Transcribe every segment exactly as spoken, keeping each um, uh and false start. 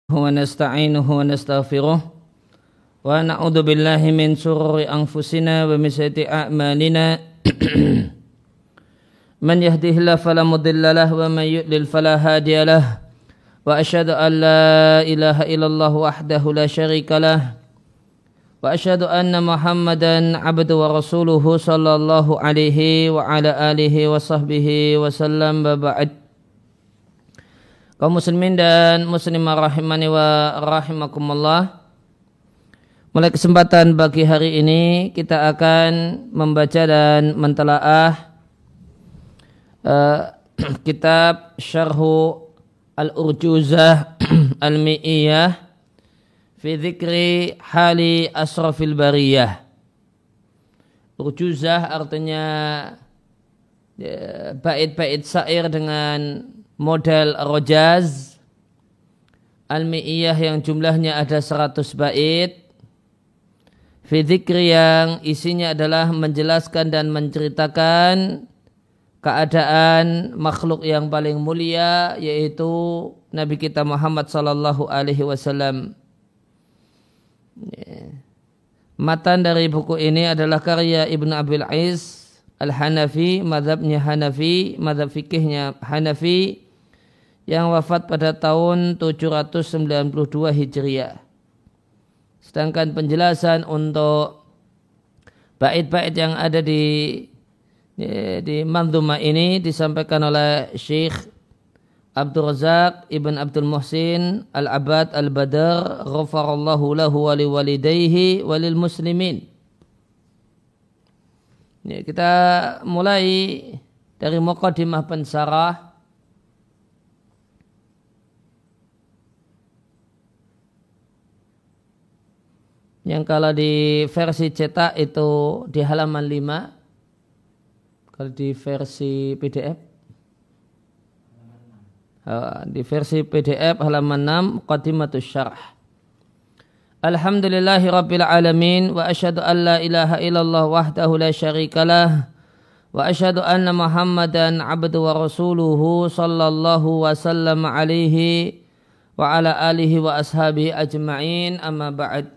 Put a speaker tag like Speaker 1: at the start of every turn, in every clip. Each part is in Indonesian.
Speaker 1: ونستعينه ونستغفره ونعوذ بالله من شرور أنفسنا ومن سيئات أعمالنا من يهده الله فلا مضل له ومن يضلل فلا هادي له وأشهد أن لا إله إلا الله وحده لا شريك له وأشهد أن محمدا عبده ورسوله صلى الله عليه وعلى آله وصحبه وسلم وبعد. Kaum muslimin dan muslimah rahimani wa rahimakumullah. Mulai kesempatan bagi hari ini kita akan membaca dan mentelaah uh, kitab Syarhu Al-Urjuzah Al-Mi'iyah fi dzikri hali asrafil bariyah. Urjuzah artinya ya, bait-bait syair dengan model rojaz. Al-Mi'iyah yang jumlahnya ada seratus bait. Fi dzikri yang isinya adalah menjelaskan dan menceritakan keadaan makhluk yang paling mulia, yaitu Nabi kita Muhammad sallallahu alaihi wasallam. Matan dari buku ini adalah karya Ibnu Abil Is Al-Hanafi, mazhabnya Hanafi, mazhab fikihnya Hanafi, yang wafat pada tahun tujuh ratus sembilan puluh dua Hijriah. Sedangkan penjelasan untuk bait-bait yang ada di di, di manzumah ini disampaikan oleh Syekh Abdul Razak Ibn Abdul Muhsin Al-Abad Al-Badar, ghafarallahu lahu wa liwalidayhi walil muslimin. Ya, kita mulai dari muqaddimah pensarah. Yang kalau di versi cetak itu di halaman lima. Kalau di versi P D F. Di versi P D F halaman enam, Muqaddimatus Syarh. Alhamdulillahi Rabbil Alamin. Wa asyhadu an la ilaha illallah wahdahu la syarikalah. Wa asyhadu anna Muhammadan abdu wa rasuluhu sallallahu wa sallam alaihi wa ala alihi wa ashabihi ajma'in, amma ba'd.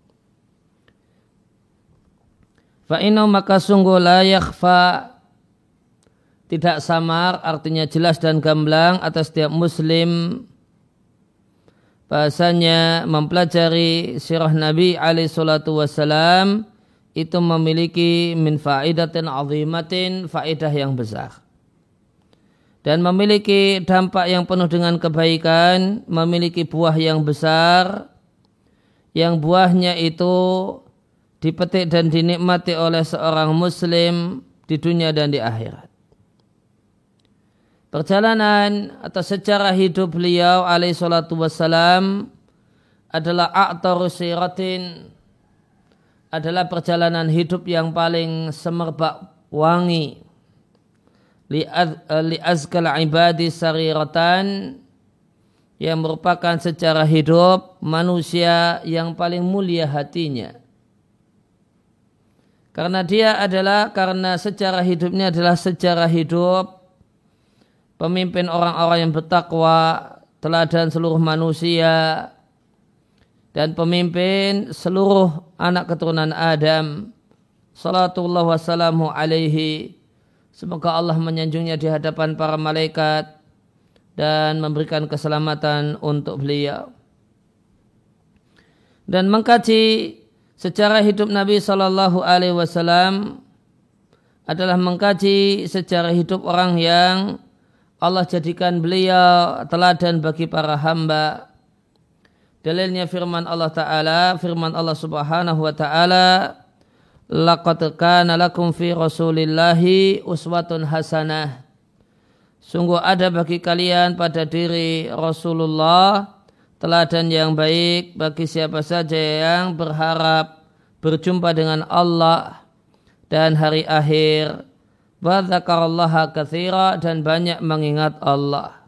Speaker 1: Fa'inau maka sungguh la yakhfa, tidak samar, artinya jelas dan gamblang atas setiap muslim bahasanya mempelajari sirah Nabi alaihi salatu wassalam itu memiliki min faidatin azimatin, faidah yang besar, dan memiliki dampak yang penuh dengan kebaikan, memiliki buah yang besar, yang buahnya itu dipetik dan dinikmati oleh seorang muslim di dunia dan di akhirat. Perjalanan atau sejarah hidup beliau alaihi salatu wassalam adalah a'taru siratin, adalah perjalanan hidup yang paling semerbak wangi. Li azkal ibadi sariratan, yang merupakan sejarah hidup manusia yang paling mulia hatinya. Karena dia adalah, karena sejarah hidupnya adalah sejarah hidup pemimpin orang-orang yang bertakwa, teladan seluruh manusia, dan pemimpin seluruh anak keturunan Adam. Salatullah wassalamu alaihi. Semoga Allah menyanjungnya di hadapan para malaikat dan memberikan keselamatan untuk beliau. Dan mengkaji sejarah hidup Nabi sallallahu alaihi wasallam adalah mengkaji sejarah hidup orang yang Allah jadikan beliau teladan bagi para hamba. Dalilnya firman Allah Ta'ala, firman Allah Subhanahu wa Ta'ala, laqad kana lakum fi rasulillahi uswatun hasanah. Sungguh ada bagi kalian pada diri Rasulullah teladan yang baik bagi siapa saja yang berharap berjumpa dengan Allah dan hari akhir. Wa dzakarallaha katsira, dan banyak mengingat Allah.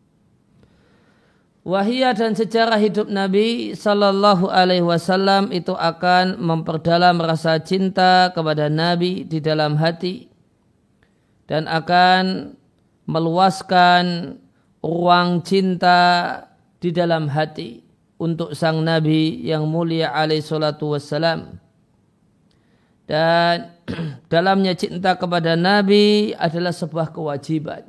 Speaker 1: Wahia, dan sejarah hidup Nabi sallallahu alaihi wasallam itu akan memperdalam rasa cinta kepada Nabi di dalam hati dan akan meluaskan ruang cinta di dalam hati. untuk sang Nabi yang mulia alaihi salatu wassalam. Dan dalamnya cinta kepada Nabi adalah sebuah kewajiban.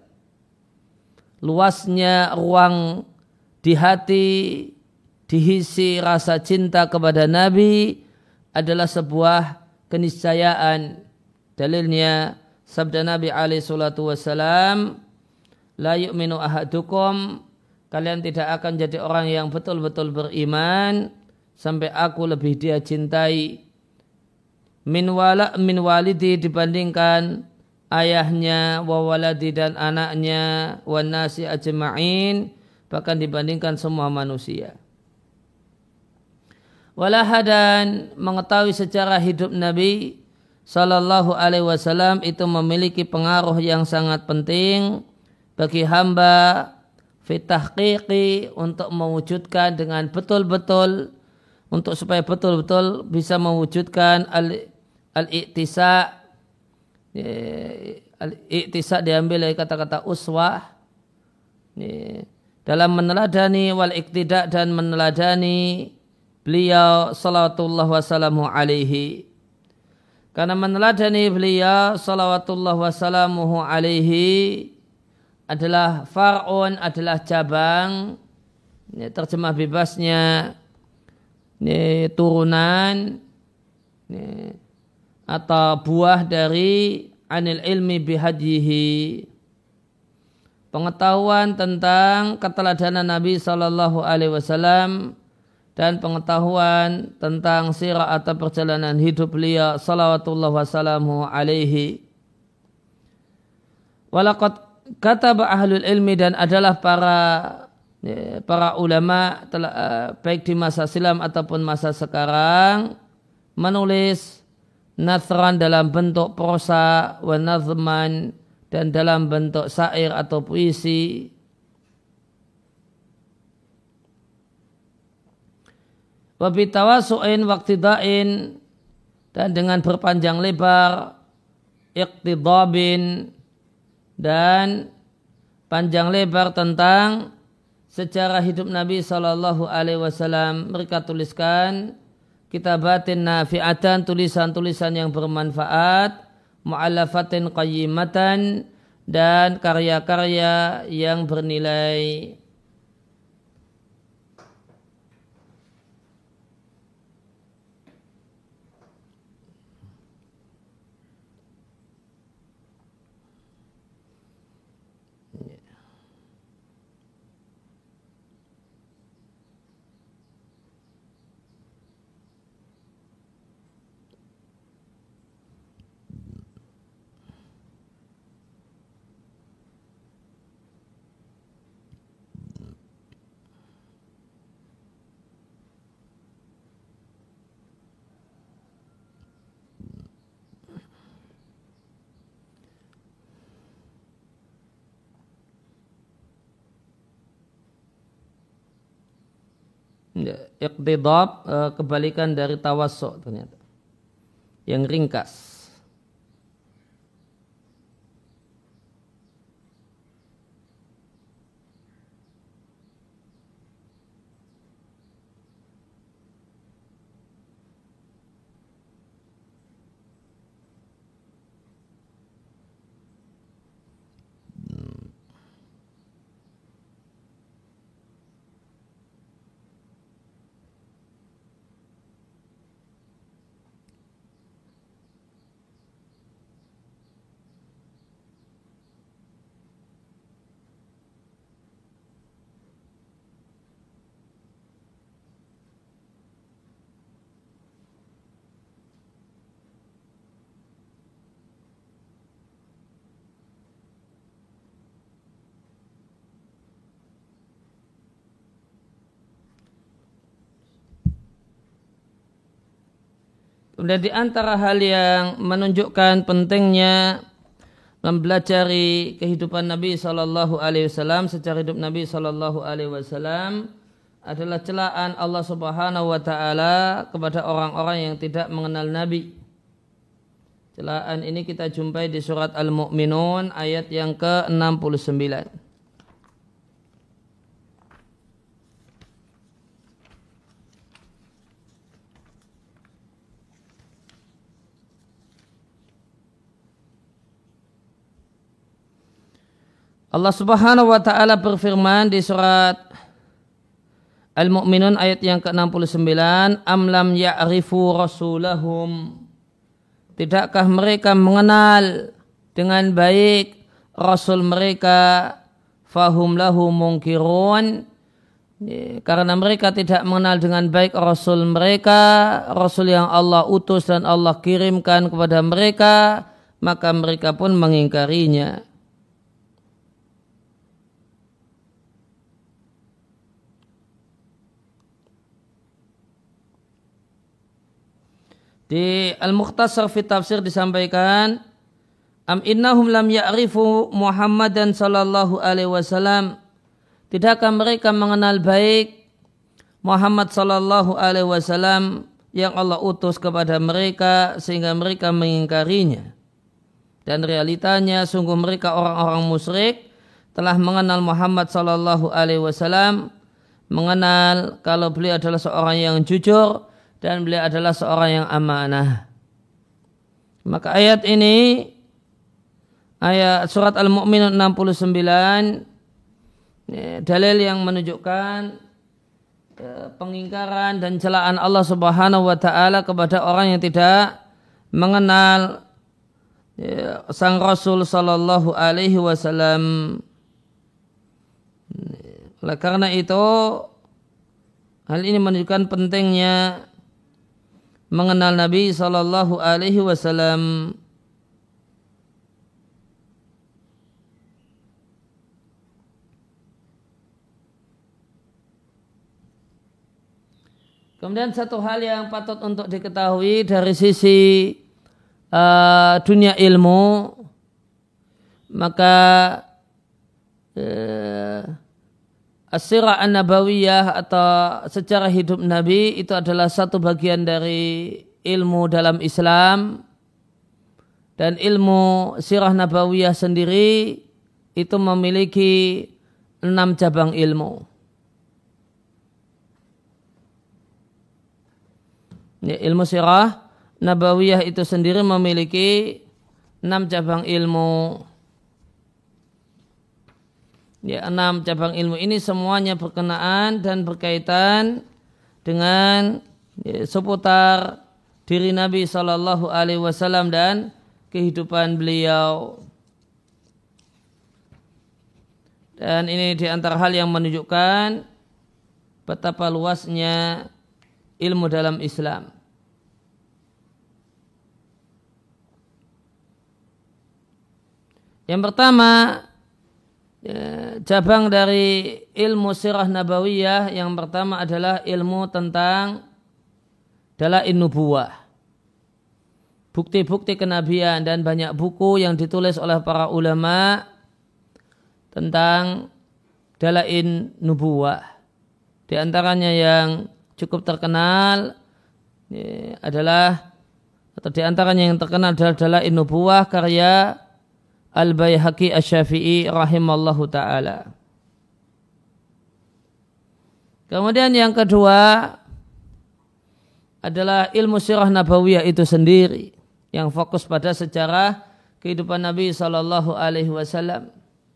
Speaker 1: Luasnya ruang di hati diisi rasa cinta kepada Nabi adalah sebuah keniscayaan. Dalilnya sabda Nabi alaihi salatu wassalam, la yu'minu ahadukum, kalian tidak akan jadi orang yang betul-betul beriman sampai aku lebih dia cintai min wala min walidi dibandingkan ayahnya, wa waladi dan anaknya, wan nasi ajma'in, bahkan dibandingkan semua manusia. Walahadan mengetahui sejarah hidup Nabi sallallahu alaihi wasallam itu memiliki pengaruh yang sangat penting bagi hamba fitahqiqi untuk mewujudkan dengan betul-betul, untuk supaya betul-betul bisa mewujudkan al al-iktisa. Al-iktisa diambil dari kata-kata uswah, dalam meneladani wal iktida dan meneladani beliau salawatullah wassalamu alaihi. Karena meneladani beliau salawatullah wassalamuhu alaihi adalah far'un, adalah cabang, ini terjemah bebasnya ini turunan ini, atau buah dari anil ilmi bihadyihi, pengetahuan tentang keteladanan Nabi sallallahu alaihi wasallam dan pengetahuan tentang sirah atau perjalanan hidup beliau salawatullah wassalamu alaihi. Walaqad kataba ahlul ilmi, dan adalah para para ulama telah, baik di masa silam ataupun masa sekarang, menulis nathran dalam bentuk prosa, wa nazman dan dalam bentuk syair atau puisi. Wa bitawasu'in waqtida'in, dan dengan berpanjang lebar, iqtidabin, dan panjang lebar tentang sejarah hidup Nabi sallallahu alaihi wasallam. Mereka tuliskan kitabatin nafi'atan, tulisan-tulisan yang bermanfaat, mu'allafatin qayyimatan, dan karya-karya yang bernilai. Iqtidab, kebalikan dari tawassu' ternyata, yang ringkas. Kemudian di antara hal yang menunjukkan pentingnya mempelajari kehidupan Nabi Sallallahu Alaihi Wasallam, sejarah hidup Nabi Sallallahu Alaihi Wasallam, adalah celaan Allah Subhanahu Wa Taala kepada orang-orang yang tidak mengenal Nabi. Celaan ini kita jumpai di surat Al-Mu'minun ayat yang ke enam puluh sembilan. Allah Subhanahu wa taala berfirman di surat Al-Mu'minun ayat yang ke enam puluh sembilan, am lam ya'rifu rasulahum, tidakkah mereka mengenal dengan baik rasul mereka, fahum lahu munkirun, karena mereka tidak mengenal dengan baik rasul mereka, rasul yang Allah utus dan Allah kirimkan kepada mereka, maka mereka pun mengingkarinya. Di Al-Mukhtasar fi Tafsir disampaikan, am innahum lam ya'rifu Muhammadan sallallahu alaihi wasallam, tidakkah mereka mengenal baik Muhammad sallallahu alaihi wasallam yang Allah utus kepada mereka sehingga mereka mengingkarinya. Dan realitanya sungguh mereka orang-orang musyrik telah mengenal Muhammad sallallahu alaihi wasallam, mengenal kalau beliau adalah seorang yang jujur dan beliau adalah seorang yang amanah. Maka ayat ini, ayat surat Al-Mu'minun enam puluh sembilan, dalil yang menunjukkan pengingkaran dan celaan Allah Subhanahu wa taala kepada orang yang tidak mengenal sang Rasul sallallahu alaihi wasallam. Oleh karena itu, hal ini menunjukkan pentingnya mengenal Nabi sallallahu alaihi wasallam. Kemudian satu hal yang patut untuk diketahui dari sisi uh, dunia ilmu, maka uh, as-sirah an-nabawiyah atau sejarah hidup Nabi itu adalah satu bagian dari ilmu dalam Islam, dan ilmu sirah nabawiyah sendiri itu memiliki enam cabang ilmu. Ya, ilmu sirah nabawiyah itu sendiri memiliki enam cabang ilmu. Ya, enam cabang ilmu ini semuanya berkenaan dan berkaitan dengan ya, seputar diri Nabi Sallallahu Alaihi Wasallam dan kehidupan beliau. Dan ini di antara hal yang menunjukkan betapa luasnya ilmu dalam Islam. Yang pertama, ya, cabang dari ilmu sirah nabawiyah yang pertama adalah ilmu tentang dalail nubuwah, bukti-bukti kenabian, dan banyak buku yang ditulis oleh para ulama tentang dalail nubuwah. Di antaranya yang cukup terkenal ya, adalah atau di antaranya yang terkenal adalah dalail nubuwah karya Al-Baihaqi Asy-Syafi'i rahimallahu ta'ala. Kemudian yang kedua adalah ilmu sirah nabawiyah itu sendiri, yang fokus pada sejarah kehidupan Nabi sallallahu alaihi wasallam.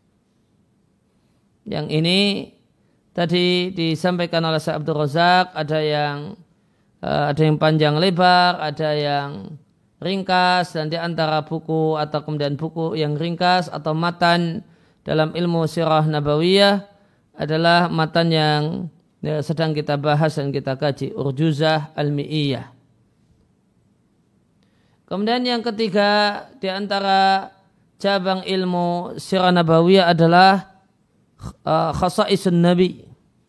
Speaker 1: Yang ini tadi disampaikan oleh Syekh Abdul Razak, ada yang ada yang panjang lebar, ada yang ringkas, dan di antara buku atau kemudian buku yang ringkas atau matan dalam ilmu sirah nabawiyah adalah matan yang ya, sedang kita bahas dan kita kaji, Urjuzah Al-Mi'iyah. Kemudian yang ketiga di antara cabang ilmu sirah nabawiyah adalah uh, khasaisun Nabi,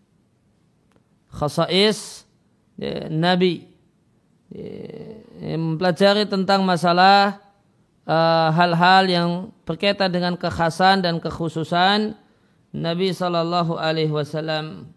Speaker 1: khasais ya, Nabi, mempelajari tentang masalah uh, hal-hal yang berkaitan dengan kekhasan dan kekhususan Nabi Sallallahu Alaihi Wasallam.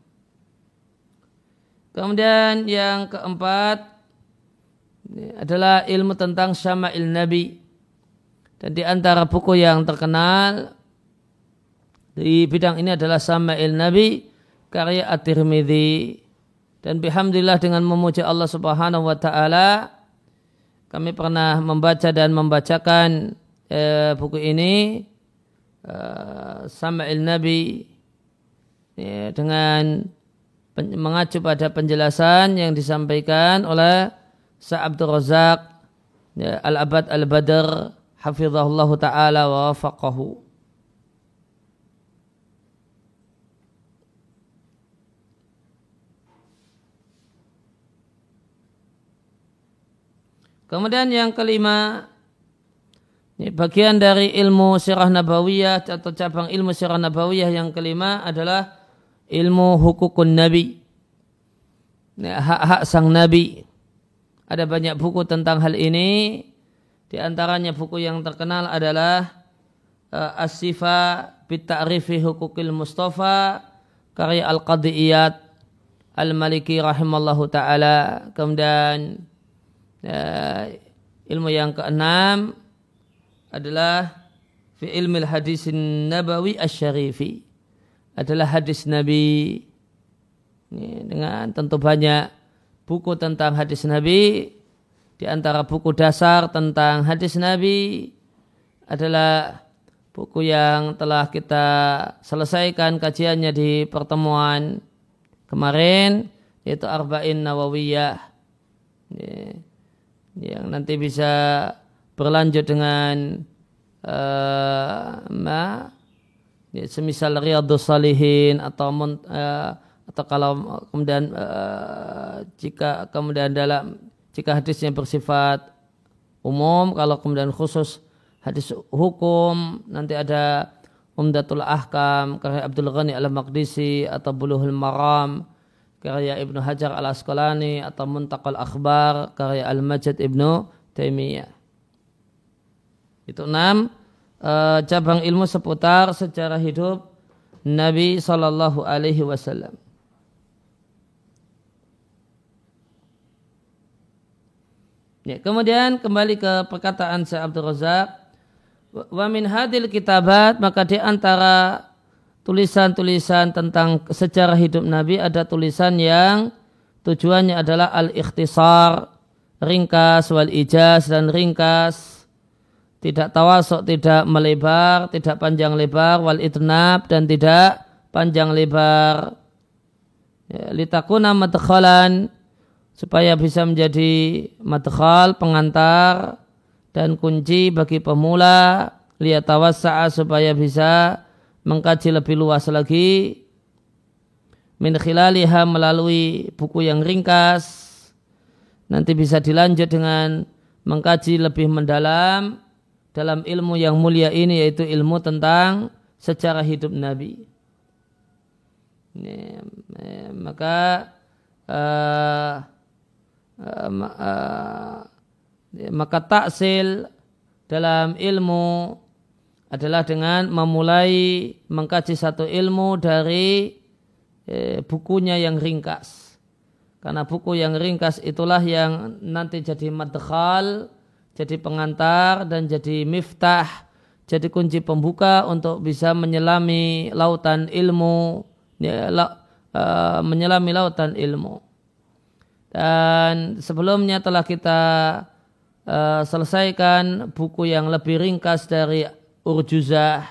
Speaker 1: Kemudian yang keempat adalah ilmu tentang syama'il Nabi, dan di antara buku yang terkenal di bidang ini adalah Syama'il Nabi karya At-Tirmidzi. Dan bihamdillah, dengan memuji Allah Subhanahu wa taala, kami pernah membaca dan membacakan eh, buku ini uh, sama'il Nabi, ya, dengan pen, mengacu pada penjelasan yang disampaikan oleh Syekh Abdul Razak, ya, Al-Abad Al-Badr hafizahullah ta'ala wa wafaqahu. Kemudian yang kelima, ini bagian dari ilmu sirah nabawiyah atau cabang ilmu sirah nabawiyah yang kelima adalah ilmu hukukun nabi, hak-hak sang nabi. Ada banyak buku tentang hal ini. Di antaranya buku yang terkenal adalah uh, As-Sifa Bitta'rifi Hukukil Mustafa karya Al-Qadiyat Al-Maliki rahimallahu ta'ala. Kemudian uh, ilmu yang keenam adalah fi ilmil hadisin nabawi asy-syarifi, adalah hadis Nabi. Ini dengan tentu banyak buku tentang hadis Nabi. Di antara buku dasar tentang hadis Nabi adalah buku yang telah kita selesaikan kajiannya di pertemuan kemarin, yaitu Arba'in Nawawiyah, yang nanti bisa berlanjut dengan uh, ma, ya, semisal Riyadhus Shalihin atau uh, atau kalau kemudian uh, jika kemudian dalam jika hadisnya bersifat umum, kalau kemudian khusus hadis hukum nanti ada Umdatul Ahkam karya Abdul Ghani Al-Maqdisi atau Bulughul Maram karya Ibnu Hajar Al-Asqalani atau Muntaqal Akhbar karya Al-Majid Ibnu Taimiyah. Itu enam uh, cabang ilmu seputar sejarah hidup Nabi sallallahu alaihi wasallam. Ya, kemudian kembali ke perkataan Syekh Abdul Razak, wa min hadil kitabat, maka di antara tulisan-tulisan tentang sejarah hidup Nabi ada tulisan yang tujuannya adalah al-ikhtisar, ringkas, wal ijaz, dan ringkas, tidak tawasuk, tidak melebar, tidak panjang lebar, wal itnab, dan tidak panjang lebar. Ya, litakuna madkhalan, supaya bisa menjadi madkhal, pengantar dan kunci bagi pemula, liyatawassa'a, supaya bisa mengkaji lebih luas lagi, min khilaliha, melalui buku yang ringkas, nanti bisa dilanjut dengan mengkaji lebih mendalam dalam ilmu yang mulia ini, yaitu ilmu tentang sejarah hidup Nabi. Ini, eh, maka uh, uh, uh, maka taksil dalam ilmu adalah dengan memulai mengkaji satu ilmu dari eh, bukunya yang ringkas. Karena buku yang ringkas itulah yang nanti jadi madkhal, jadi pengantar dan jadi miftah, jadi kunci pembuka untuk bisa menyelami lautan ilmu, ya, la, uh, menyelami lautan ilmu. Dan sebelumnya telah kita uh, selesaikan buku yang lebih ringkas dari Urjuzah,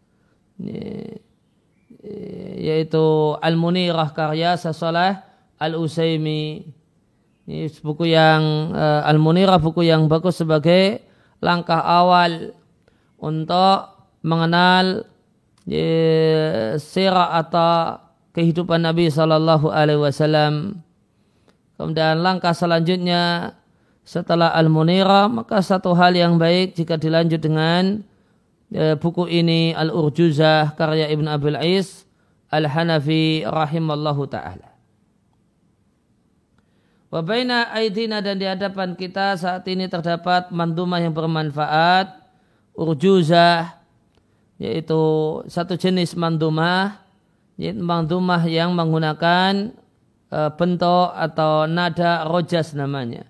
Speaker 1: yaitu Al-Munirah karya Sasalah Al-Usaimi. Ini buku yang uh, Al-Munirah, buku yang bagus sebagai langkah awal untuk mengenal uh, sirah atau kehidupan Nabi Sallallahu Alaihi Wasallam. Kemudian langkah selanjutnya setelah Al-Munirah, maka satu hal yang baik jika dilanjut dengan uh, buku ini Al-Urjuzah karya Ibn Abil Is Al-Hanafi rahimallahu ta'ala. Wa baina aidina, dan di hadapan kita saat ini terdapat mandumah yang bermanfaat, urjuzah, yaitu satu jenis mandumah, yaitu mandumah yang menggunakan e, bentuk atau nada rojas namanya.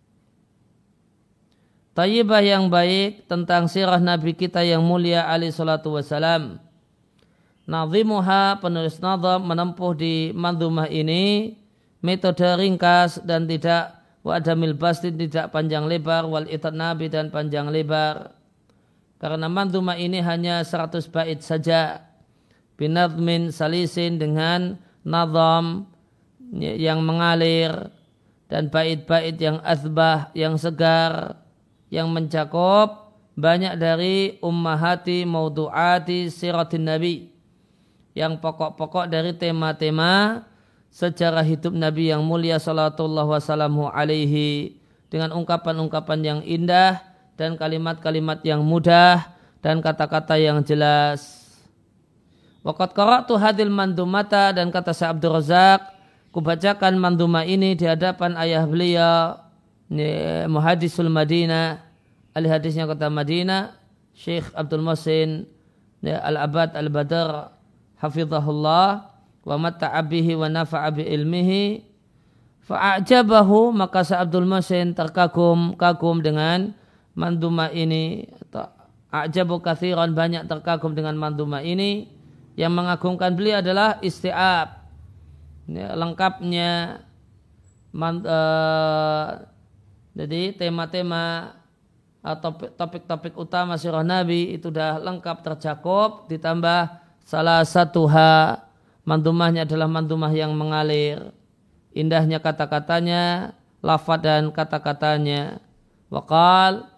Speaker 1: Tayyibah yang baik tentang sirah Nabi kita yang mulia alaihi salatu wassalam. Nazimuha, penulis nazam, menempuh di mandumah ini metode ringkas dan tidak wa adamil bastin, tidak panjang lebar, wal itnabi, dan panjang lebar. Karena mandumah ini hanya seratus bait saja. Binadmin salisin dengan nazam yang mengalir dan bait-bait yang azbah, yang segar, yang mencakup banyak dari ummahati maudu'ati siratin nabi, yang pokok-pokok dari tema-tema sejarah hidup Nabi yang mulia sallallahu wasallamu alaihi, dengan ungkapan-ungkapan yang indah dan kalimat-kalimat yang mudah dan kata-kata yang jelas. Waqad qara'tu hadil mandumata, dan kata Syekh Abdul Razak, kubacakan mandumah ini di hadapan ayah beliau, muhaddisul Madinah, ahli hadisnya kota Madinah, Syekh Abdul Muhsin Al-Abad Al-Badr hafizahullah, wa matta'a bihi wa nafa'a bi ilmihi. Fa'ajabahu, maka Syekh Abdul Muhsin terkagum kagum dengan mandumah ini, atau a'jabu katsiran, banyak terkagum dengan mandumah ini. Yang mengagumkan beliau adalah isti'ab, ya, lengkapnya man, uh, jadi tema-tema atau topik-topik utama sirah Nabi itu sudah lengkap tercakup, ditambah salah satu ha mandumahnya adalah mandumah yang mengalir, indahnya kata-katanya, lafaz dan kata-katanya. Waqal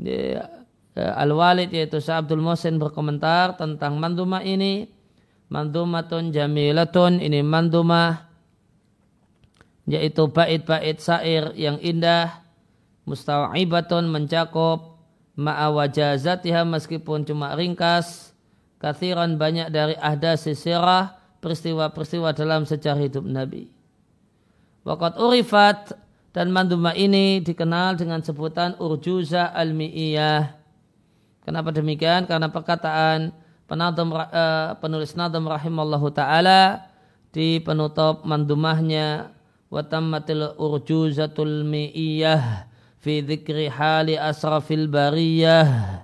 Speaker 1: Al-Walid, yaitu Syekh Abdul Muhsin, berkomentar tentang mandumah ini, mandumatun jamilatun, ini mandumah yaitu bait-bait syair yang indah, mustawibatun, mencakup, ma'a wajazatiha, meskipun cuma ringkas, kathiran, banyak dari ahdasi sirah, peristiwa-peristiwa dalam sejarah hidup Nabi. Waqad urifat, dan mandumah ini dikenal dengan sebutan urjuzah al-mi'iyah. Kenapa demikian? Karena perkataan penadam, uh, penulis nadam rahimallahu ta'ala di penutup mandumahnya, wa tammatil urjuzatul mi'iyah fi dzikri hali asrafil bariyah.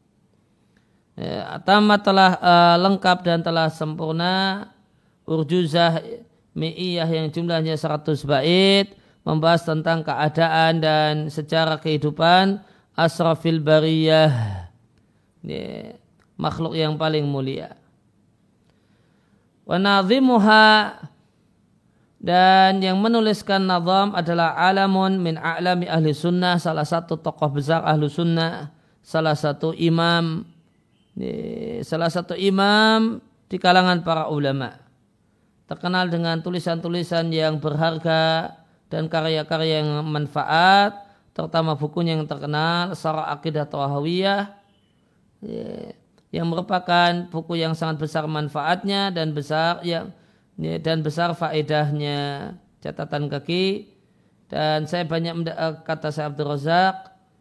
Speaker 1: Ya, tamat telah uh, lengkap dan telah sempurna urjuzah mi'iyah yang jumlahnya seratus bait, membahas tentang keadaan dan sejarah kehidupan asrafil bariyah, ya, makhluk yang paling mulia. Wa nadhimuha, dan yang menuliskan nazam adalah alamun min a'lami ahli sunnah, salah satu tokoh besar ahli sunnah, salah satu imam, salah satu imam di kalangan para ulama, terkenal dengan tulisan-tulisan yang berharga dan karya-karya yang manfaat, terutama bukunya yang terkenal Syarah Aqidah Thahawiyah, yang merupakan buku yang sangat besar manfaatnya dan besar yang dan besar faedahnya. Catatan kaki, dan saya banyak, kata Syekh Abdul Razak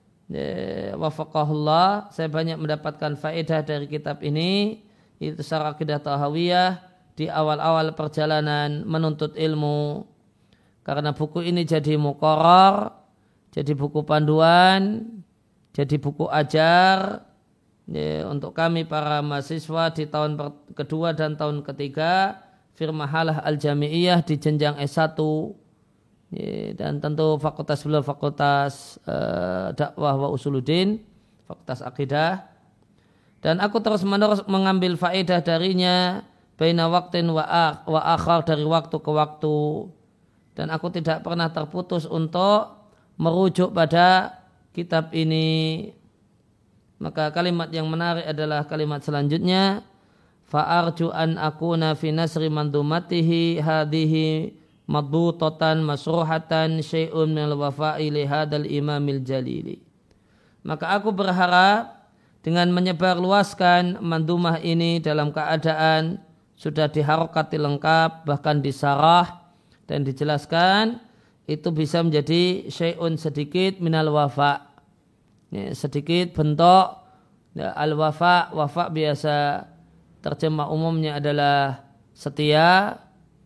Speaker 1: wafaqahullah, saya banyak mendapatkan faedah dari kitab ini, itu Syarah Aqidah Thahawiyah, di awal-awal perjalanan menuntut ilmu, karena buku ini jadi muqarrar, jadi buku panduan, jadi buku ajar, ya, untuk kami para mahasiswa di tahun kedua dan tahun ketiga Firmahalah Al-Jami'iyah di jenjang S satu, ya, dan tentu fakultas beliau fakultas uh, dakwah wa usuluddin, fakultas akidah, dan aku terus menerus mengambil faedah darinya baina waqtin wa akhar, dari waktu ke waktu, dan aku tidak pernah terputus untuk merujuk pada kitab ini. Maka kalimat yang menarik adalah kalimat selanjutnya, fa'arju an akuna fi nasri mandumatihi hadhihi madbutatan masruhatan syai'un minal wafa'i li hadal imamil jalili. Maka aku berharap dengan menyebarluaskan mandumah ini dalam keadaan sudah diharokati lengkap, bahkan disarah dan dijelaskan, itu bisa menjadi syai'un, sedikit, minal wafa', ya, sedikit bentuk, ya, al-wafa'. Wafa' biasa terjemah umumnya adalah setia,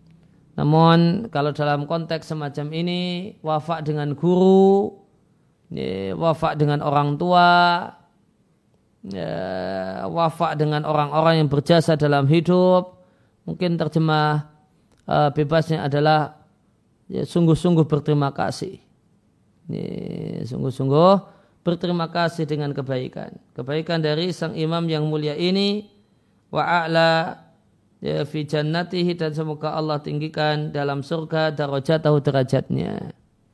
Speaker 1: namun kalau dalam konteks semacam ini, wafa' dengan guru, ya, wafa' dengan orang tua, ya, wafa' dengan orang-orang yang berjasa dalam hidup. Mungkin terjemah uh, bebasnya adalah, ya, sungguh-sungguh berterima kasih, ya, sungguh-sungguh berterima kasih dengan kebaikan. Kebaikan dari sang imam yang mulia ini, wa a'la ya fi jannatihi, dan semoga Allah tinggikan dalam surga darajatahu, derajatnya.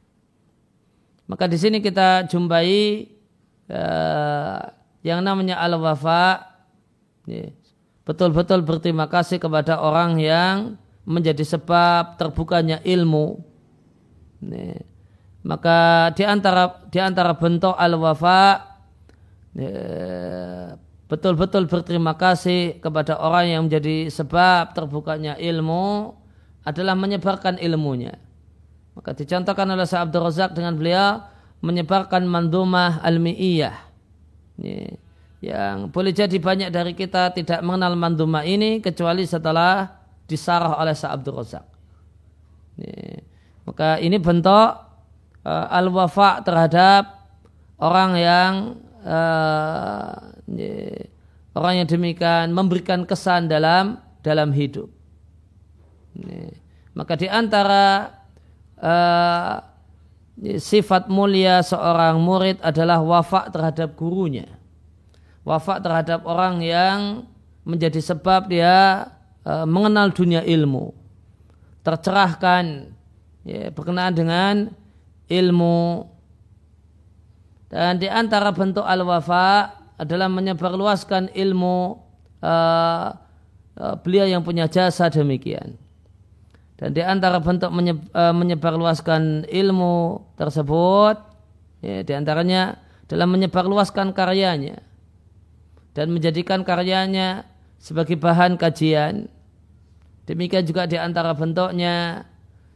Speaker 1: Maka di sini kita jumpai uh, yang namanya al-wafa, ya, betul-betul berterima kasih kepada orang yang menjadi sebab terbukanya ilmu. Ya. Maka di antara di antara bentuk al-wafa, ya, betul-betul berterima kasih kepada orang yang menjadi sebab terbukanya ilmu adalah menyebarkan ilmunya. Maka dicontohkan oleh Syekh Abdul Razak dengan beliau menyebarkan mandumah al-mi'iyah. Ya. Yang boleh jadi banyak dari kita tidak mengenal mandumah ini kecuali setelah disarah oleh Syekh Abdul Razak. Ya. Maka ini bentuk uh, al-wafa terhadap orang yang uh, ya, orang yang demikian memberikan kesan dalam dalam hidup. Ya. Maka di antara uh, sifat mulia seorang murid adalah wafa terhadap gurunya. Wafa terhadap orang yang menjadi sebab dia uh, mengenal dunia ilmu, tercerahkan ya, berkenaan dengan ilmu. Dan di antara bentuk al-wafa adalah menyebarluaskan ilmu uh, uh, beliau yang punya jasa demikian. Dan di antara bentuk menyebarluaskan ilmu tersebut, ya, di antaranya dalam menyebarluaskan karyanya dan menjadikan karyanya sebagai bahan kajian. Demikian juga di antara bentuknya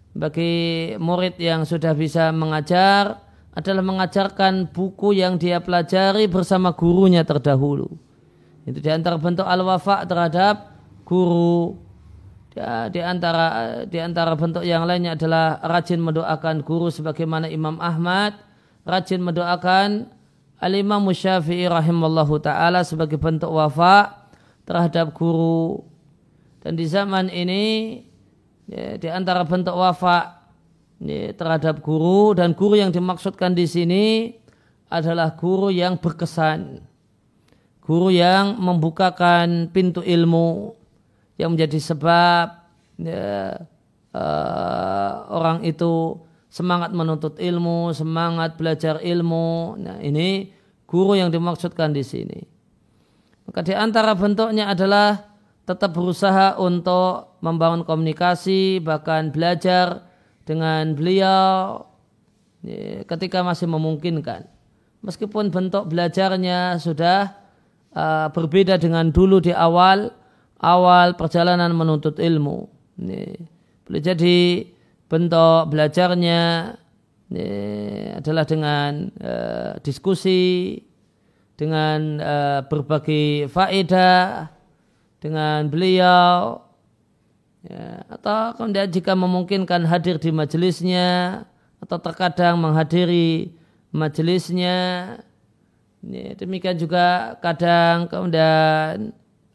Speaker 1: bagi murid yang sudah bisa mengajar adalah mengajarkan buku yang dia pelajari bersama gurunya terdahulu. Itu di antara bentuk al-wafa terhadap guru. Ya, di antara di antara bentuk yang lainnya adalah rajin mendoakan guru sebagaimana Imam Ahmad rajin mendoakan Al-Imam Syafi'i rahimallahu ta'ala sebagai bentuk wafa terhadap guru. Dan di zaman ini ya, di antara bentuk wafa ya, terhadap guru, dan guru yang dimaksudkan di sini adalah guru yang berkesan, guru yang membukakan pintu ilmu, yang menjadi sebab ya, uh, orang itu semangat menuntut ilmu, semangat belajar ilmu. Nah, ini guru yang dimaksudkan di sini. Maka di antara bentuknya adalah tetap berusaha untuk membangun komunikasi, bahkan belajar dengan beliau ya, ketika masih memungkinkan. Meskipun bentuk belajarnya sudah uh, berbeda dengan dulu di awal awal perjalanan menuntut ilmu. Ini boleh jadi bentuk belajarnya ini adalah dengan uh, diskusi, dengan uh, berbagai faedah dengan beliau, ya, atau kemudian jika memungkinkan hadir di majelisnya atau terkadang menghadiri majelisnya. Ini, demikian juga kadang kemudian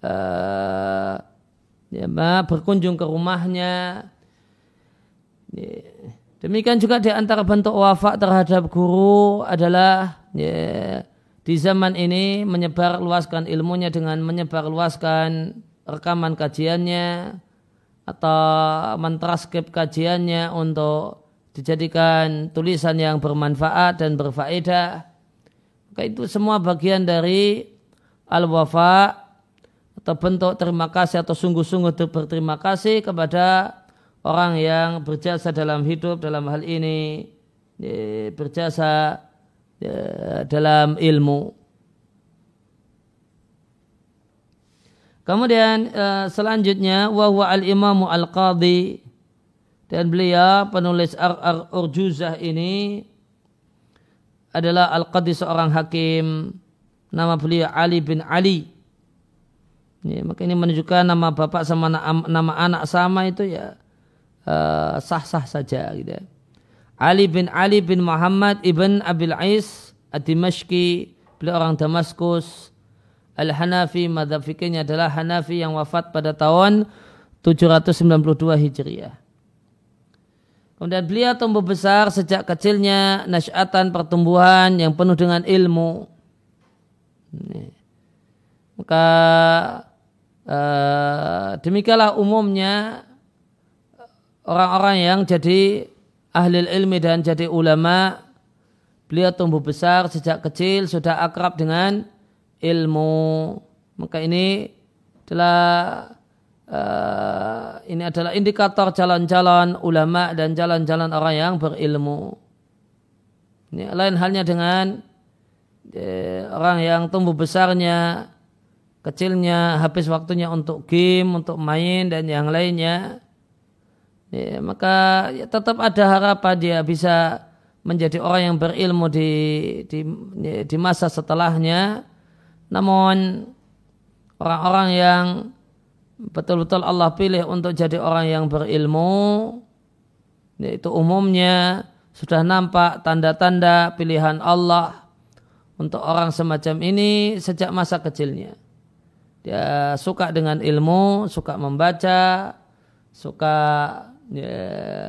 Speaker 1: Uh, ya, berkunjung ke rumahnya. Demikian juga di antara bentuk wafa terhadap guru adalah ya, di zaman ini menyebar luaskan ilmunya dengan menyebar luaskan rekaman kajiannya atau mentranskrip kajiannya untuk dijadikan tulisan yang bermanfaat dan berfaedah. Maka itu semua bagian dari al-wafa atau bentuk terima kasih atau sungguh-sungguh berterima kasih kepada orang yang berjasa dalam hidup, dalam hal ini ya, berjasa ya, dalam ilmu. Kemudian uh, selanjutnya wa huwa al-imamu al-qadhi, dan beliau penulis Ar-Urjuzah ini adalah al-qadhi, seorang hakim. Nama beliau Ali bin Ali. Ya, maka ini menunjukkan nama bapak sama nama anak sama itu ya uh, sah-sah saja gitu. Ali bin Ali bin Muhammad ibn Abil Ais ad-Dimashqi, beliau orang Damaskus. Al-Hanafi, mazhab fikihnya adalah Hanafi, yang wafat pada tahun tujuh ratus sembilan puluh dua Hijriah. Kemudian beliau tumbuh besar sejak kecilnya nasyatan pertumbuhan yang penuh dengan ilmu. Maka uh, demikianlah umumnya orang-orang yang jadi ahli ilmi dan jadi ulama. Beliau tumbuh besar sejak kecil sudah akrab dengan ilmu. Maka ini adalah uh, ini adalah indikator jalan-jalan ulama dan jalan-jalan orang yang berilmu. Ini lain halnya dengan eh, orang yang tumbuh besarnya kecilnya habis waktunya untuk game, untuk main dan yang lainnya. Ya, maka ya, tetap ada harapan dia bisa menjadi orang yang berilmu di di, di masa setelahnya. Namun orang-orang yang betul-betul Allah pilih untuk jadi orang yang berilmu, yaitu umumnya sudah nampak tanda-tanda pilihan Allah untuk orang semacam ini sejak masa kecilnya. Dia suka dengan ilmu, suka membaca, suka ya,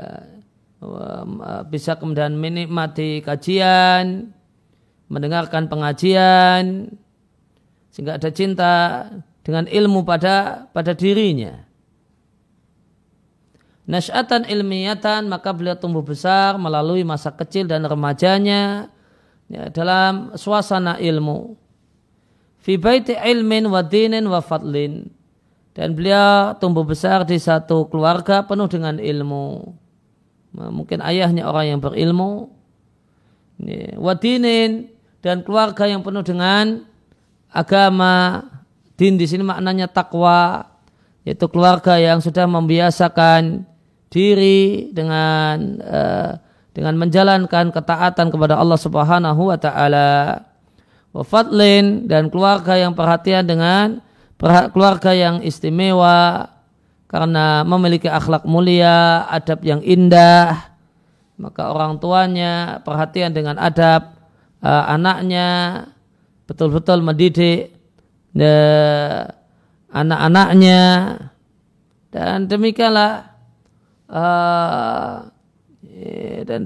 Speaker 1: bisa kemudian menikmati kajian, mendengarkan pengajian, sehingga ada cinta dengan ilmu pada pada dirinya. Nasyatan ilmiyatan, maka beliau tumbuh besar melalui masa kecil dan remajanya ya, dalam suasana ilmu. Fi baiti ilmin wa dinin wa fadlin. Dan beliau tumbuh besar di satu keluarga penuh dengan ilmu. Mungkin ayahnya orang yang berilmu. Wa dinin, dan keluarga yang penuh dengan agama. Din di sini maknanya takwa, yaitu keluarga yang sudah membiasakan diri dengan uh, dengan menjalankan ketaatan kepada Allah Subhanahu wa taala. Wa fadlin, dan keluarga yang perhatian dengan keluarga yang istimewa karena memiliki akhlak mulia, adab yang indah. Maka orang tuanya perhatian dengan adab uh, anaknya, betul-betul mendidik uh, anak-anaknya, dan demikianlah uh, dan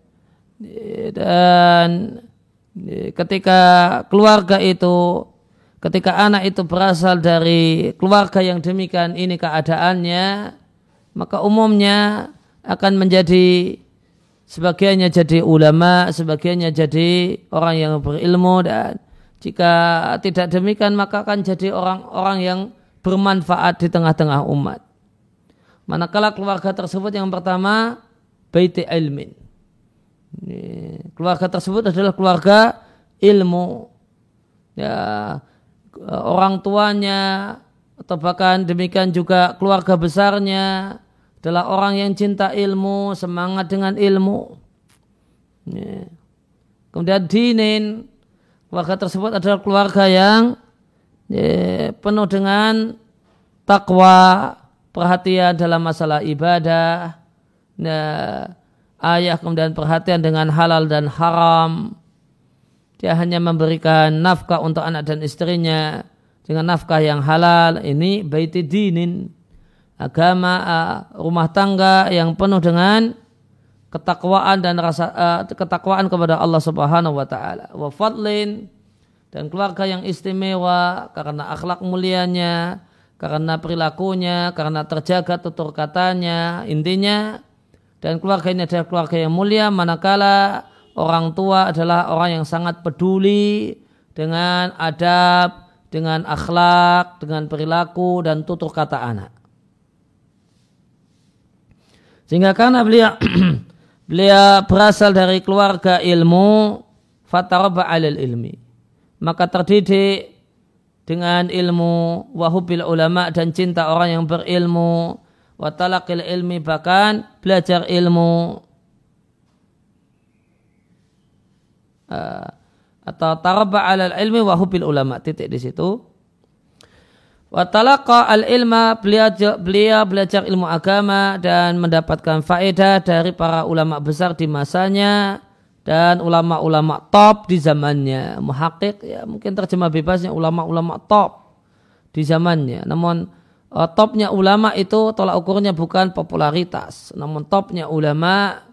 Speaker 1: dan ketika keluarga itu, ketika anak itu berasal dari keluarga yang demikian ini keadaannya, maka umumnya akan menjadi sebagiannya jadi ulama, sebagiannya jadi orang yang berilmu, dan jika tidak demikian maka akan jadi orang-orang yang bermanfaat di tengah-tengah umat. Manakala keluarga tersebut yang pertama baiti ilmin. Keluarga tersebut adalah keluarga ilmu. Ya, orang tuanya atau bahkan demikian juga keluarga besarnya adalah orang yang cinta ilmu, semangat dengan ilmu. Ya. Kemudian dinin, keluarga tersebut adalah keluarga yang ya, penuh dengan takwa, perhatian dalam masalah ibadah. Nah, ayah kemudian perhatian dengan halal dan haram. Dia hanya memberikan nafkah untuk anak dan istrinya dengan nafkah yang halal. Ini baiti dinin, agama rumah tangga yang penuh dengan ketakwaan dan rasa uh, ketakwaan kepada Allah Subhanahu wa taala. Wa fadlin, dan keluarga yang istimewa karena akhlak mulianya, karena perilakunya, karena terjaga tutur katanya, intinya. Dan keluarga ini adalah keluarga yang mulia manakala orang tua adalah orang yang sangat peduli dengan adab, dengan akhlak, dengan perilaku dan tutur kata anak. Sehingga karena beliau beliau berasal dari keluarga ilmu, fataraba 'alal ilmi, maka terdidik dengan ilmu, wa hubbil ulama, dan cinta orang yang berilmu, wa talaqil ilmi, bahkan belajar ilmu, uh, atau tarabba 'alal ilmi wa hubbil ulama, titik di situ. Wa talaqa al ilma, beliau beliau belajar ilmu agama dan mendapatkan faedah dari para ulama besar di masanya dan ulama-ulama top di zamannya. Muhaqqiq, ya mungkin terjemah bebasnya ulama-ulama top di zamannya. Namun Uh, topnya ulama itu tolak ukurnya bukan popularitas, namun topnya ulama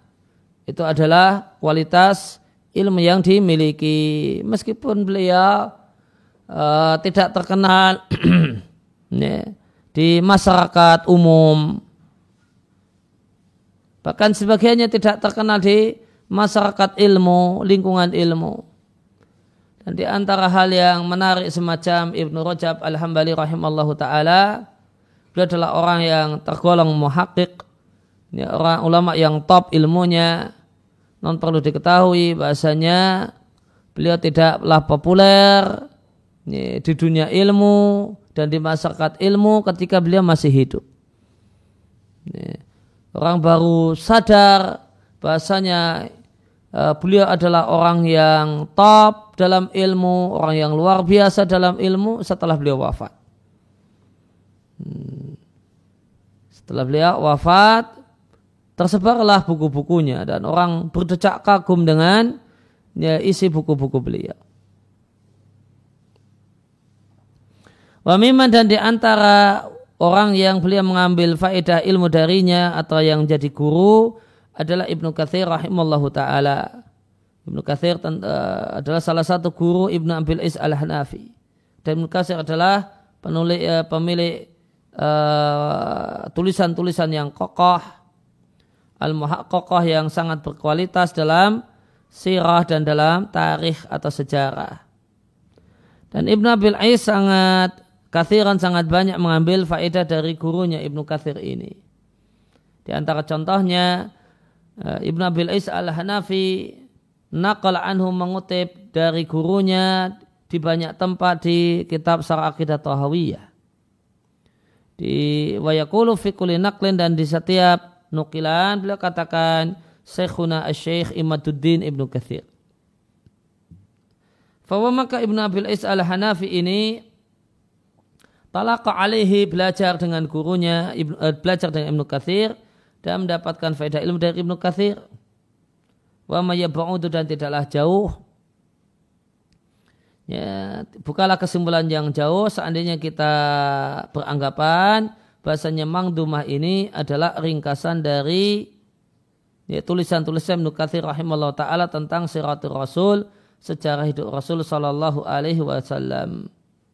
Speaker 1: itu adalah kualitas ilmu yang dimiliki. Meskipun beliau uh, tidak terkenal ya, di masyarakat umum, bahkan sebagiannya tidak terkenal di masyarakat ilmu, lingkungan ilmu. Dan di antara hal yang menarik semacam Ibnu Rajab Al-Hambali rahimallahu ta'ala, beliau adalah orang yang tergolong muhaqqiq, ya, orang ulama yang top ilmunya. Non perlu diketahui bahasanya beliau tidaklah populer ya, di dunia ilmu dan di masyarakat ilmu ketika beliau masih hidup. Ya, orang baru sadar bahasanya uh, beliau adalah orang yang top dalam ilmu, orang yang luar biasa dalam ilmu setelah beliau wafat. Hmm. Setelah beliau wafat, tersebarlah buku-bukunya dan orang berdecak kagum dengan ya, isi buku-buku beliau. Wa mimman, dan di antara orang yang beliau mengambil faedah ilmu darinya atau yang jadi guru adalah Ibnu Katsir rahimallahu ta'ala. Ibnu Katsir uh, adalah salah satu guru Ibnu Abil Is Al-Hanafi. Dan Ibnu Katsir adalah penulis, uh, pemilik uh, tulisan-tulisan yang kokoh, al-muhaqqaqah yang sangat berkualitas dalam sirah dan dalam tarikh atau sejarah. Dan Ibnu Abil Is sangat Katsiran sangat banyak mengambil faedah dari gurunya Ibnu Katsir ini. Di antara contohnya Ibnu Abil Is Al-Hanafi naqal anhu, mengutip dari gurunya di banyak tempat di kitab Syarh Aqidah Thahawiyah. Di wa yaqulu fi kulli naqlin, dan di setiap nukilan beliau katakan Syekhuna Asy-Syaikh Imaduddin Ibnu Katsir. Fa maka Ibnu Abil Is Al-Hanafi ini talaqa alaihi, belajar dengan gurunya, belajar dengan Ibnu Katsir dan mendapatkan faedah ilmu dari Ibnu Katsir. Wa may yab'udu, dan tidaklah jauh. Ya, bukalah kesimpulan yang jauh seandainya kita beranggapan bahasanya Mangdumah ini adalah ringkasan dari ya, tulisan-tulisan Ibnu Katsir rahimahullah ta'ala tentang siratul Rasul, sejarah hidup Rasul sallallahu alaihi wasallam.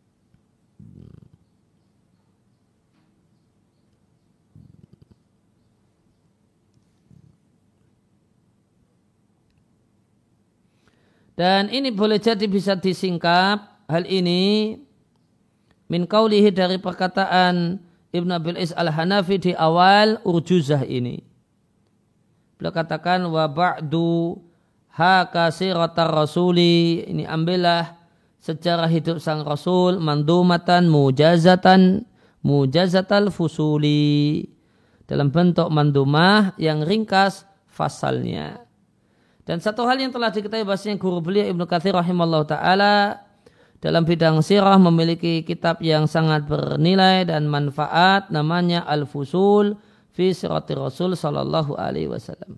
Speaker 1: Dan ini boleh jadi bisa disingkap hal ini min qaulihi, dari perkataan Ibnu Abil Is Al-Hanafi di awal urjuzah ini. Beliau katakan wa ba'du haka siratar rasuli, ini ambillah sejarah hidup sang Rasul mandumatan mujazatan mujazatal fusuli, dalam bentuk mandumah yang ringkas fasalnya. Dan satu hal yang telah diketahui bahasanya guru beliau Ibnu Katsir rahimallahu ta'ala dalam bidang sirah memiliki kitab yang sangat bernilai dan manfaat, namanya Al-Fusul fi Siratir Rasul sallallahu alaihi wasallam.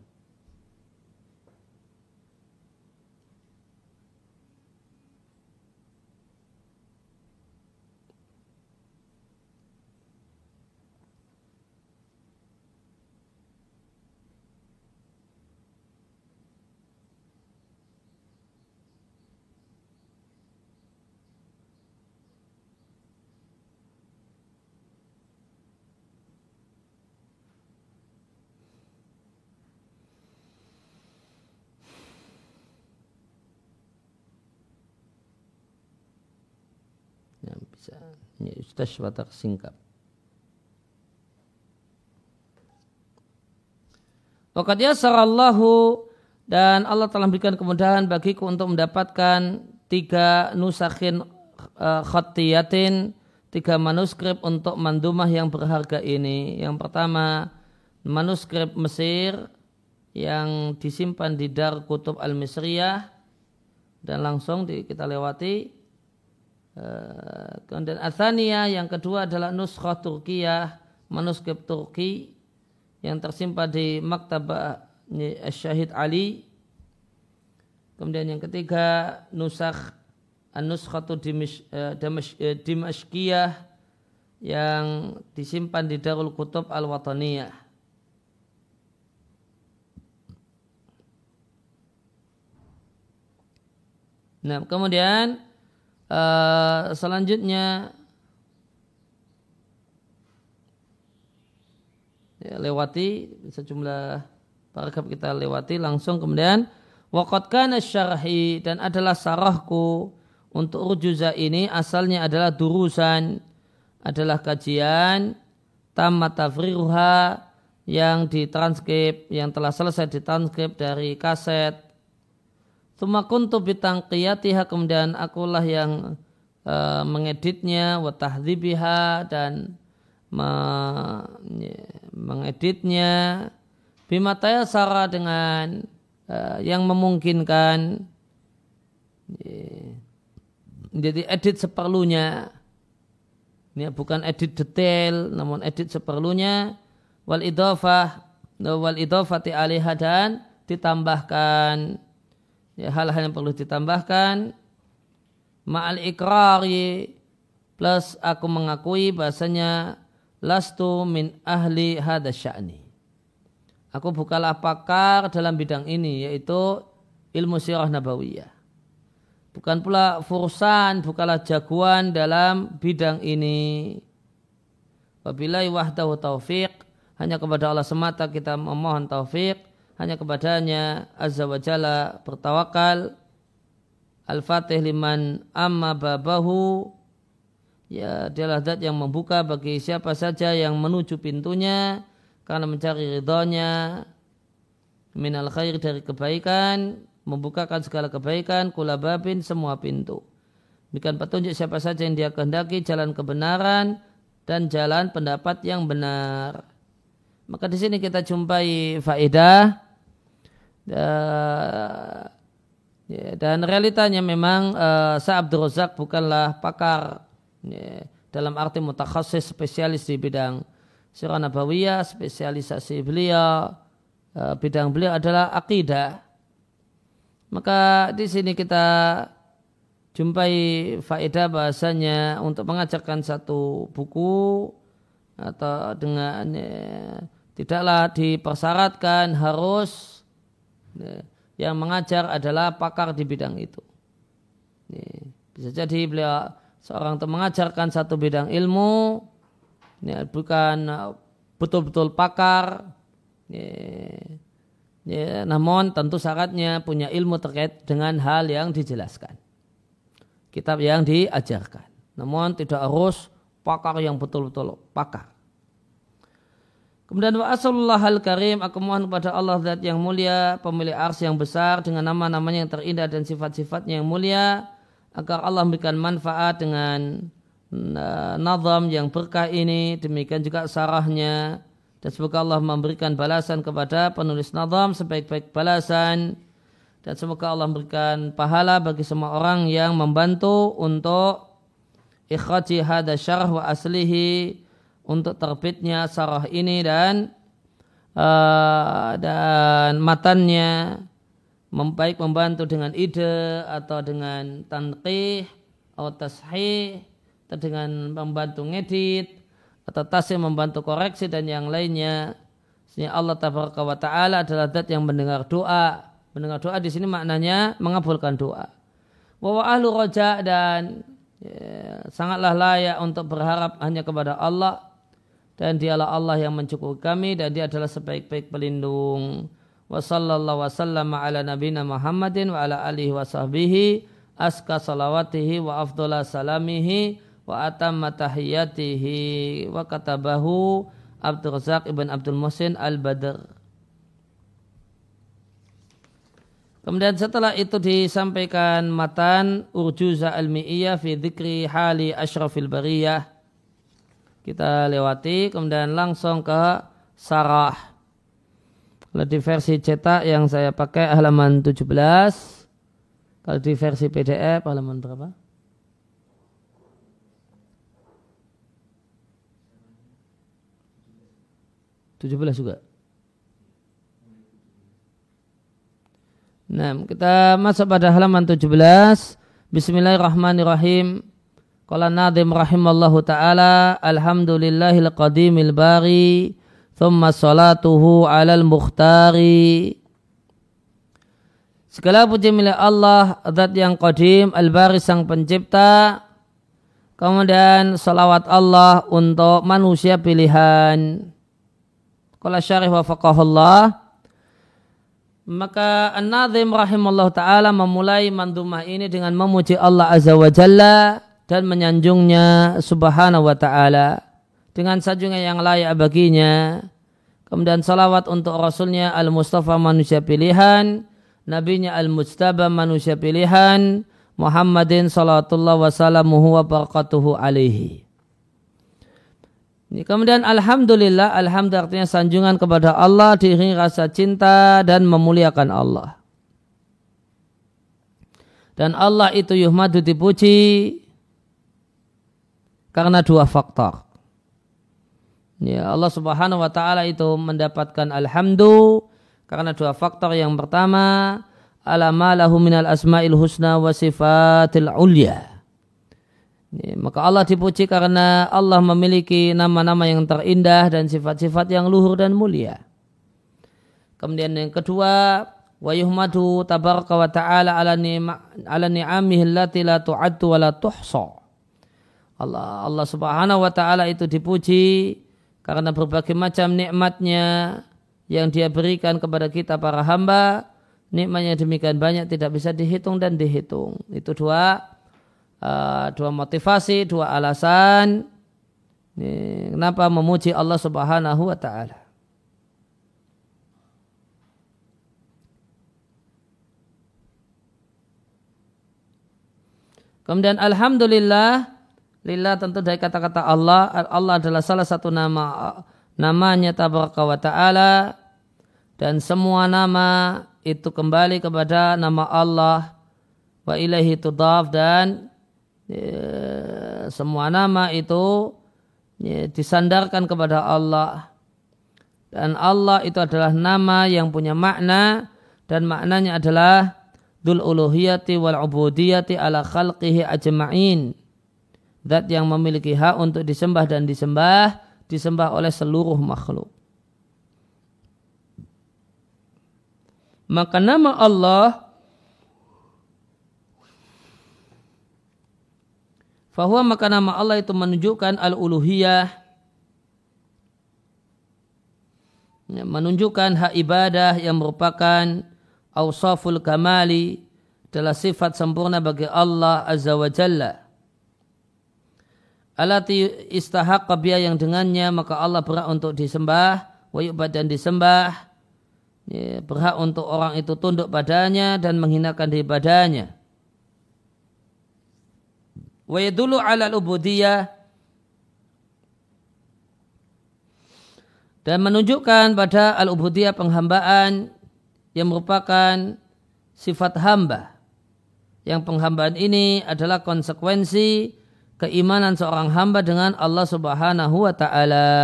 Speaker 1: Ya, sudah sebatas singkat. Waqad yassarallahu, dan Allah telah berikan kemudahan bagiku untuk mendapatkan tiga nusakhin uh, khatiyatin, tiga manuskrip untuk mandumah yang berharga ini. Yang pertama, manuskrip Mesir yang disimpan di Dar Kutub Al-Misriyah dan langsung di, kita lewati. Uh, kemudian Athaniyah, yang kedua adalah nuskhah Turkiyah, manuskrip Turki yang tersimpan di Maktabah Syahid Ali. Kemudian yang ketiga nusakh an-nuskhatu Dimashqiyah yang disimpan di Darul Kutub Al-Wataniyah. Nah, kemudian uh, selanjutnya ya, lewati sejumlah paragraf kita lewati langsung. Kemudian waqad kana syarhi, dan adalah sarahku untuk urjuza ini asalnya adalah durusan, adalah kajian tammat tafriruha, yang ditranskrip, yang telah selesai ditranskrip dari kaset. Tsumma kuntu bitangqiyatiha, kemudian akulah yang uh, mengeditnya, wa tahdzibiha, dan me, mengeditnya, bima tayassara, dengan uh, yang memungkinkan. Jadi edit seperlunya. Ini bukan edit detail, namun edit seperlunya. Wal idhafah, wal idhafati alaiha, dan ditambahkan ya, hal-hal yang perlu ditambahkan. Ma'al ikrari, plus aku mengakui bahasanya lastu min ahli hadha sya'ni, aku bukanlah pakar dalam bidang ini, yaitu ilmu sirah nabawiyah. Bukan pula fursan, bukanlah jagoan dalam bidang ini. Wabillahi wahdahu taufiq, hanya kepada Allah semata kita memohon taufik, hanya kepadanya azza wa jalla bertawakal. Al-Fatih liman amma babahu, ya dialah zat yang membuka bagi siapa saja yang menuju pintunya karena mencari ridhonya, minal khair, dari kebaikan, membukakan segala kebaikan, kula babin, semua pintu. Berikan petunjuk siapa saja yang dia kehendaki jalan kebenaran dan jalan pendapat yang benar. Maka di sini kita jumpai faedah. Uh, Ya, dan realitanya memang uh, Sa'ab Abdul Razak bukanlah pakar ya, dalam arti mutakhassis, spesialis di bidang sirah nabawiyah. Spesialisasi beliau, uh, bidang beliau adalah akidah. Maka di sini kita jumpai faedah bahasanya untuk mengajarkan satu buku atau dengan ya, tidaklah dipersyaratkan harus ya, yang mengajar adalah pakar di bidang itu. Bisa jadi beliau seorang itu mengajarkan satu bidang ilmu, ya, bukan betul-betul pakar, ya, ya, namun tentu syaratnya punya ilmu terkait dengan hal yang dijelaskan, kitab yang diajarkan. Namun tidak harus pakar yang betul-betul pakar. Kemudian wa asallallahu al-karim, aku mohon kepada Allah zat yang mulia, pemilik arsy yang besar dengan nama-namanya yang terindah dan sifat-sifatnya yang mulia, agar Allah memberikan manfaat dengan uh, nazam yang berkah ini, demikian juga sarahnya, dan semoga Allah memberikan balasan kepada penulis nazam sebaik-baik balasan, dan semoga Allah memberikan pahala bagi semua orang yang membantu untuk ikhraji hadza syarh wa aslihi, untuk terbitnya sarah ini dan uh, dan matannya, membaik membantu dengan ide atau dengan tanqih atau tashih, atau dengan membantu ngedit atau tasih, membantu koreksi dan yang lainnya. Sehingga Allah tabaraka wa taala adalah zat yang mendengar doa. Mendengar doa di sini maknanya mengabulkan doa. Wa wa ahlu raja, dan ya, sangatlah layak untuk berharap hanya kepada Allah, dan dialah Allah yang mencukupi kami, dan dia adalah sebaik-baik pelindung. Wa sallallahu wa sallama ala nabina Muhammadin wa ala alihi wa sahbihi aska salawatihi wa afdhala salamihi wa atamma tahiyatihi wa katabahu Abdul Razak ibn Abdul Muhsin al-Badr. Kemudian setelah itu disampaikan matan urjuza al-mi'iyah fi dzikri hali asyrafil bariyah. Kita lewati, kemudian langsung ke sarah. Kalau di versi cetak yang saya pakai halaman tujuh belas. Kalau di versi P D F halaman berapa? tujuh belas juga. Nah, kita masuk pada halaman tujuh belas. Bismillahirrahmanirrahim. Qala nadhim rahimallahu ta'ala, alhamdulillahil qadimil bari, thumma salatuhu alal mukhtari. Segala puji milik Allah, Zat yang qadim, Al-Bari sang pencipta. Kemudian salawat Allah untuk manusia pilihan. Qala syarih wafaqahullah. Maka An-Nadhim rahimallahu ta'ala memulai mandumah ini dengan memuji Allah Azza wa Jalla dan menyanjungnya subhanahu wa ta'ala dengan sanjungan yang layak baginya. Kemudian salawat untuk Rasulnya Al-Mustafa manusia pilihan, Nabinya Al-Mujtaba manusia pilihan, Muhammadin salatullah wa salamuhu wa barakatuhu alaihi. Kemudian Alhamdulillah, Alhamdulillah artinya sanjungan kepada Allah diiringi rasa cinta dan memuliakan Allah. Dan Allah itu yuhmadu dipuji karena dua faktor. Ya, Allah Subhanahu wa taala itu mendapatkan alhamdu karena dua faktor. Yang pertama, alama lahu minal asma'il husna wa sifatil ulya. Ya, maka Allah dipuji karena Allah memiliki nama-nama yang terindah dan sifat-sifat yang luhur dan mulia. Kemudian yang kedua, wa yuhmadu tabaraka wa ta'ala ala ni'amihi ala ni'amihi allati la tu'addu wa la tuhsa. Allah Allah Subhanahu wa taala itu dipuji karena berbagai macam nikmatnya yang dia berikan kepada kita para hamba. Nikmatnya demikian banyak tidak bisa dihitung dan dihitung. Itu dua uh, dua motivasi, dua alasan ini, kenapa memuji Allah Subhanahu wa taala. Kemudian alhamdulillah, lillah tentu dari kata-kata Allah. Allah adalah salah satu nama namanya tabaraka wa ta'ala, dan semua nama itu kembali kepada nama Allah. Wa ilaihi tudhaf, dan ya, semua nama itu ya, disandarkan kepada Allah. Dan Allah itu adalah nama yang punya makna, dan maknanya adalah Dzul uluhiyati wal ubudiyati ala khalqihi ajma'in. Zat yang memiliki hak untuk disembah dan disembah, disembah oleh seluruh makhluk. Maka nama Allah fahuwa, maka nama Allah itu menunjukkan al-uluhiyah, menunjukkan hak ibadah yang merupakan awsaful kamali, adalah sifat sempurna bagi Allah Azza wa Jalla. Alati istahaqqa biha, yang dengannya maka Allah berhak untuk disembah, wa yu'bad dan disembah, ya, berhak untuk orang itu tunduk padanya dan menghinakan ibadahnya. Wa yadullu ala al-ubudiyah, dan menunjukkan pada al-ubudiyah, penghambaan yang merupakan sifat hamba. Yang penghambaan ini adalah konsekuensi keimanan seorang hamba dengan Allah Subhanahu wa ta'ala.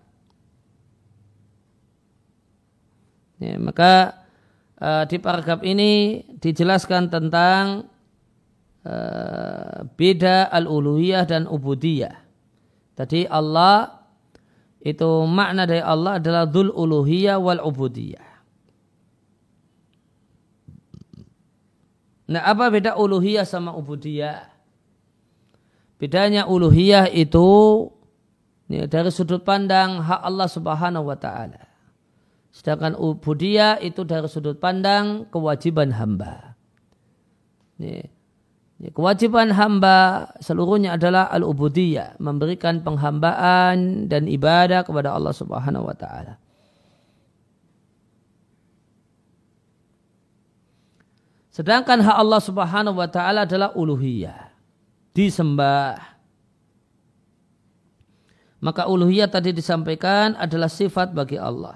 Speaker 1: Ya, maka uh, di paragraf ini dijelaskan tentang uh, beda al-uluhiyah dan ubudiyah. Tadi Allah itu, makna dari Allah adalah dzul uluhiyah wal ubudiyah. Nah, apa beda uluhiyah sama ubudiyah? Bedanya uluhiyah itu ya, dari sudut pandang hak Allah Subhanahu wa ta'ala. Sedangkan ubudiyah itu dari sudut pandang kewajiban hamba. Ya, ya, kewajiban hamba seluruhnya adalah al-ubudiyah, memberikan penghambaan dan ibadah kepada Allah Subhanahu wa ta'ala. Sedangkan hak Allah Subhanahu wa ta'ala adalah uluhiyah, disembah. Maka uluhiyah tadi disampaikan adalah sifat bagi Allah.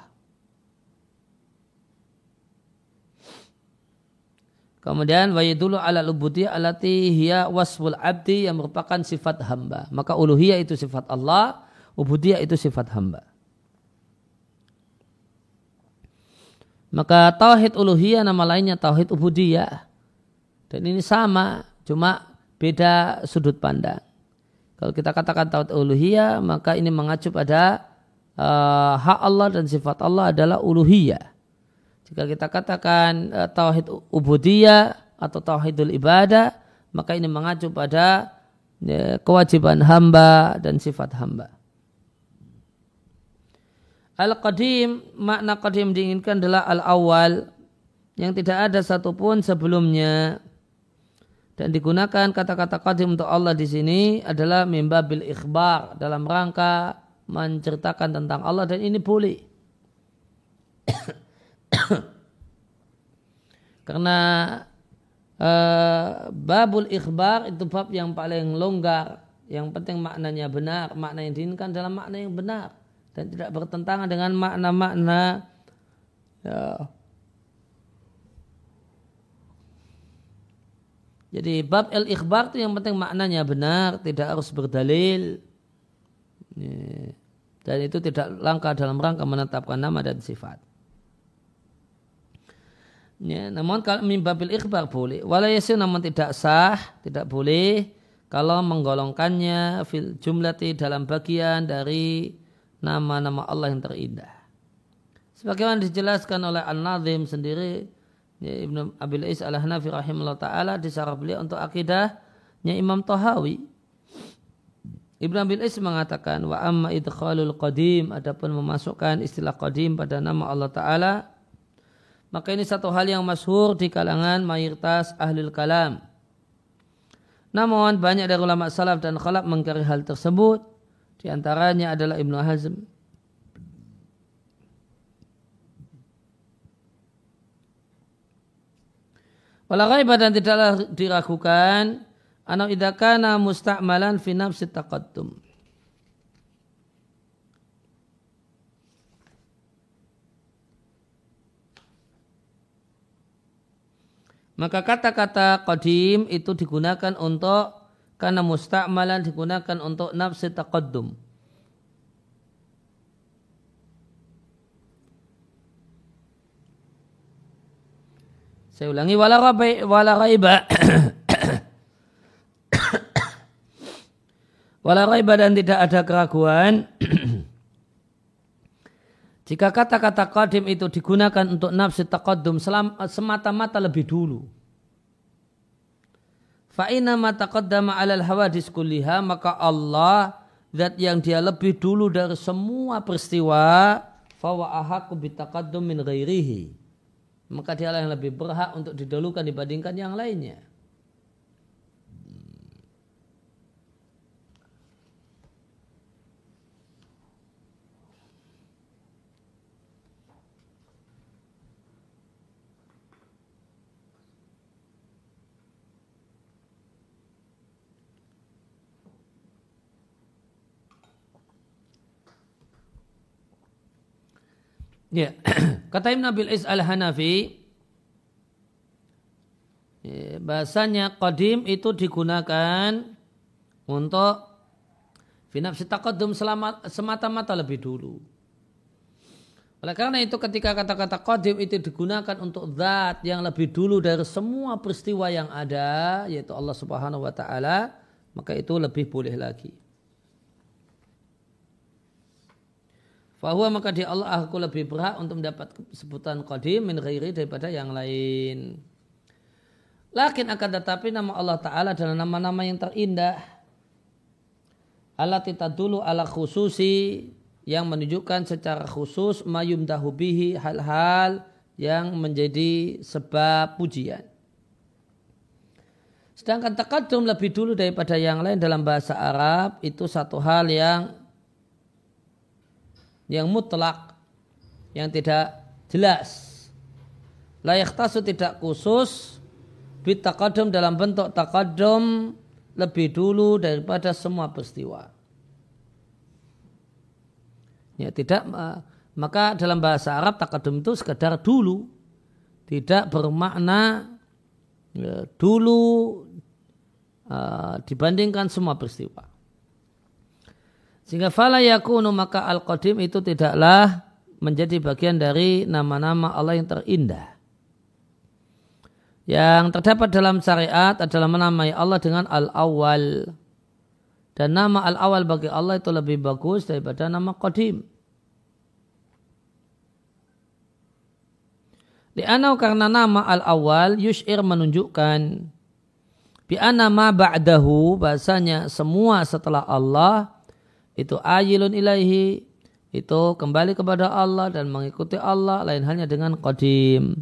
Speaker 1: Kemudian wa yadullu ala al-ubudiyah allati hiya wasful abdi, yang merupakan sifat hamba. Maka uluhiyah itu sifat Allah, ubudiyah itu sifat hamba. Maka tauhid uluhiyah nama lainnya tauhid ubudiyah. Dan ini sama, cuma beda sudut pandang. Kalau kita katakan tauhid uluhiyah, maka ini mengacu pada uh, hak Allah dan sifat Allah adalah uluhiyah. Jika kita katakan uh, tauhid ubudiyah atau tauhidul ibadah, maka ini mengacu pada ya, kewajiban hamba dan sifat hamba. Al-qadim, makna qadim diinginkan adalah al-awwal, yang tidak ada satupun sebelumnya. Dan digunakan kata-kata qadim untuk Allah di sini adalah mimbabil ikhbar, dalam rangka menceritakan tentang Allah, dan ini boleh. Karena uh, babul ikhbar itu bab yang paling longgar, yang penting maknanya benar, makna yang diinginkan dalam makna yang benar dan tidak bertentangan dengan makna-makna ya. Jadi bab al-ikhbar itu yang penting maknanya benar, tidak harus berdalil. Dan itu tidak langka dalam rangka menetapkan nama dan sifat. Ya, namun kalau mimbabil ikhbar boleh. Walayasir namun tidak sah, tidak boleh kalau menggolongkannya fil jumlati dalam bagian dari nama-nama Allah yang terindah. Sebagaimana dijelaskan oleh An-Nazim sendiri, ya, Ibnu Abil Is Al-Hanafi rahimahullah ta'ala di syarah beliau untuk akidahnya Imam Tahawi. Ibnu Abil Is mengatakan wa amma idkhalul qadim, adapun memasukkan istilah qadim pada nama Allah Ta'ala, maka ini satu hal yang masyhur di kalangan mayoritas ahlul kalam. Namun banyak dari ulama salaf dan khalaf mengingkari hal tersebut. Di antaranya adalah Ibnu Hazm. Wala ghaiba, dan tidaklah diragukan anna idza kana musta'malan fi nafsi taqaddum. Maka kata-kata qadim itu digunakan untuk, karena musta'malan digunakan untuk nafsi taqaddum. Saya ulangi, wala ghaiba, wala ghaiba. Wala ghaiba, dan tidak ada keraguan jika kata-kata qadim itu digunakan untuk nafsi taqaddum semata-mata lebih dulu. Fa inna ma taqaddama 'alal hawadis kulliha, maka Allah zat yang dia lebih dulu dari semua peristiwa, fa wa ahaqqu bitaqaddum min ghairihi, maka dialah yang lebih berhak untuk didahulukan dibandingkan yang lainnya. Ya, kata Ibnu Abil Is Al-Hanafi, ya, bahasanya qadim itu digunakan untuk fi nafsi taqaddum semata-mata lebih dulu. Oleh karena itu ketika kata-kata qadim itu digunakan untuk zat yang lebih dulu dari semua peristiwa yang ada, yaitu Allah Subhanahu wa taala, maka itu lebih boleh lagi. Fahuwa, maka dia Allah aku lebih berhak untuk mendapat sebutan qadim min ghairi, daripada yang lain. Lakin akan tetapi nama Allah Ta'ala adalah nama-nama yang terindah. Allati tadullu ala khususi, yang menunjukkan secara khusus mayumdahu bihi, hal-hal yang menjadi sebab pujian. Sedangkan taqaddum lebih dulu daripada yang lain dalam bahasa Arab itu satu hal yang yang mutlak, yang tidak jelas. La yakhtasu, tidak khusus, bitaqaddum dalam bentuk taqaddum lebih dulu daripada semua peristiwa. Ya, tidak, maka dalam bahasa Arab taqaddum itu sekedar dulu, tidak bermakna ya, dulu uh, dibandingkan semua peristiwa. Sehingga fala yakunu, maka al-qadim itu tidaklah menjadi bagian dari nama-nama Allah yang terindah. Yang terdapat dalam syariat adalah menamai Allah dengan al-awwal. Dan nama al-awwal bagi Allah itu lebih bagus daripada nama qadim. Li'anau karena nama al-awwal yush'ir menunjukkan bi'anna ma ba'dahu bahasanya semua setelah Allah itu ayilun ilaihi itu kembali kepada Allah dan mengikuti Allah lain halnya dengan qadim.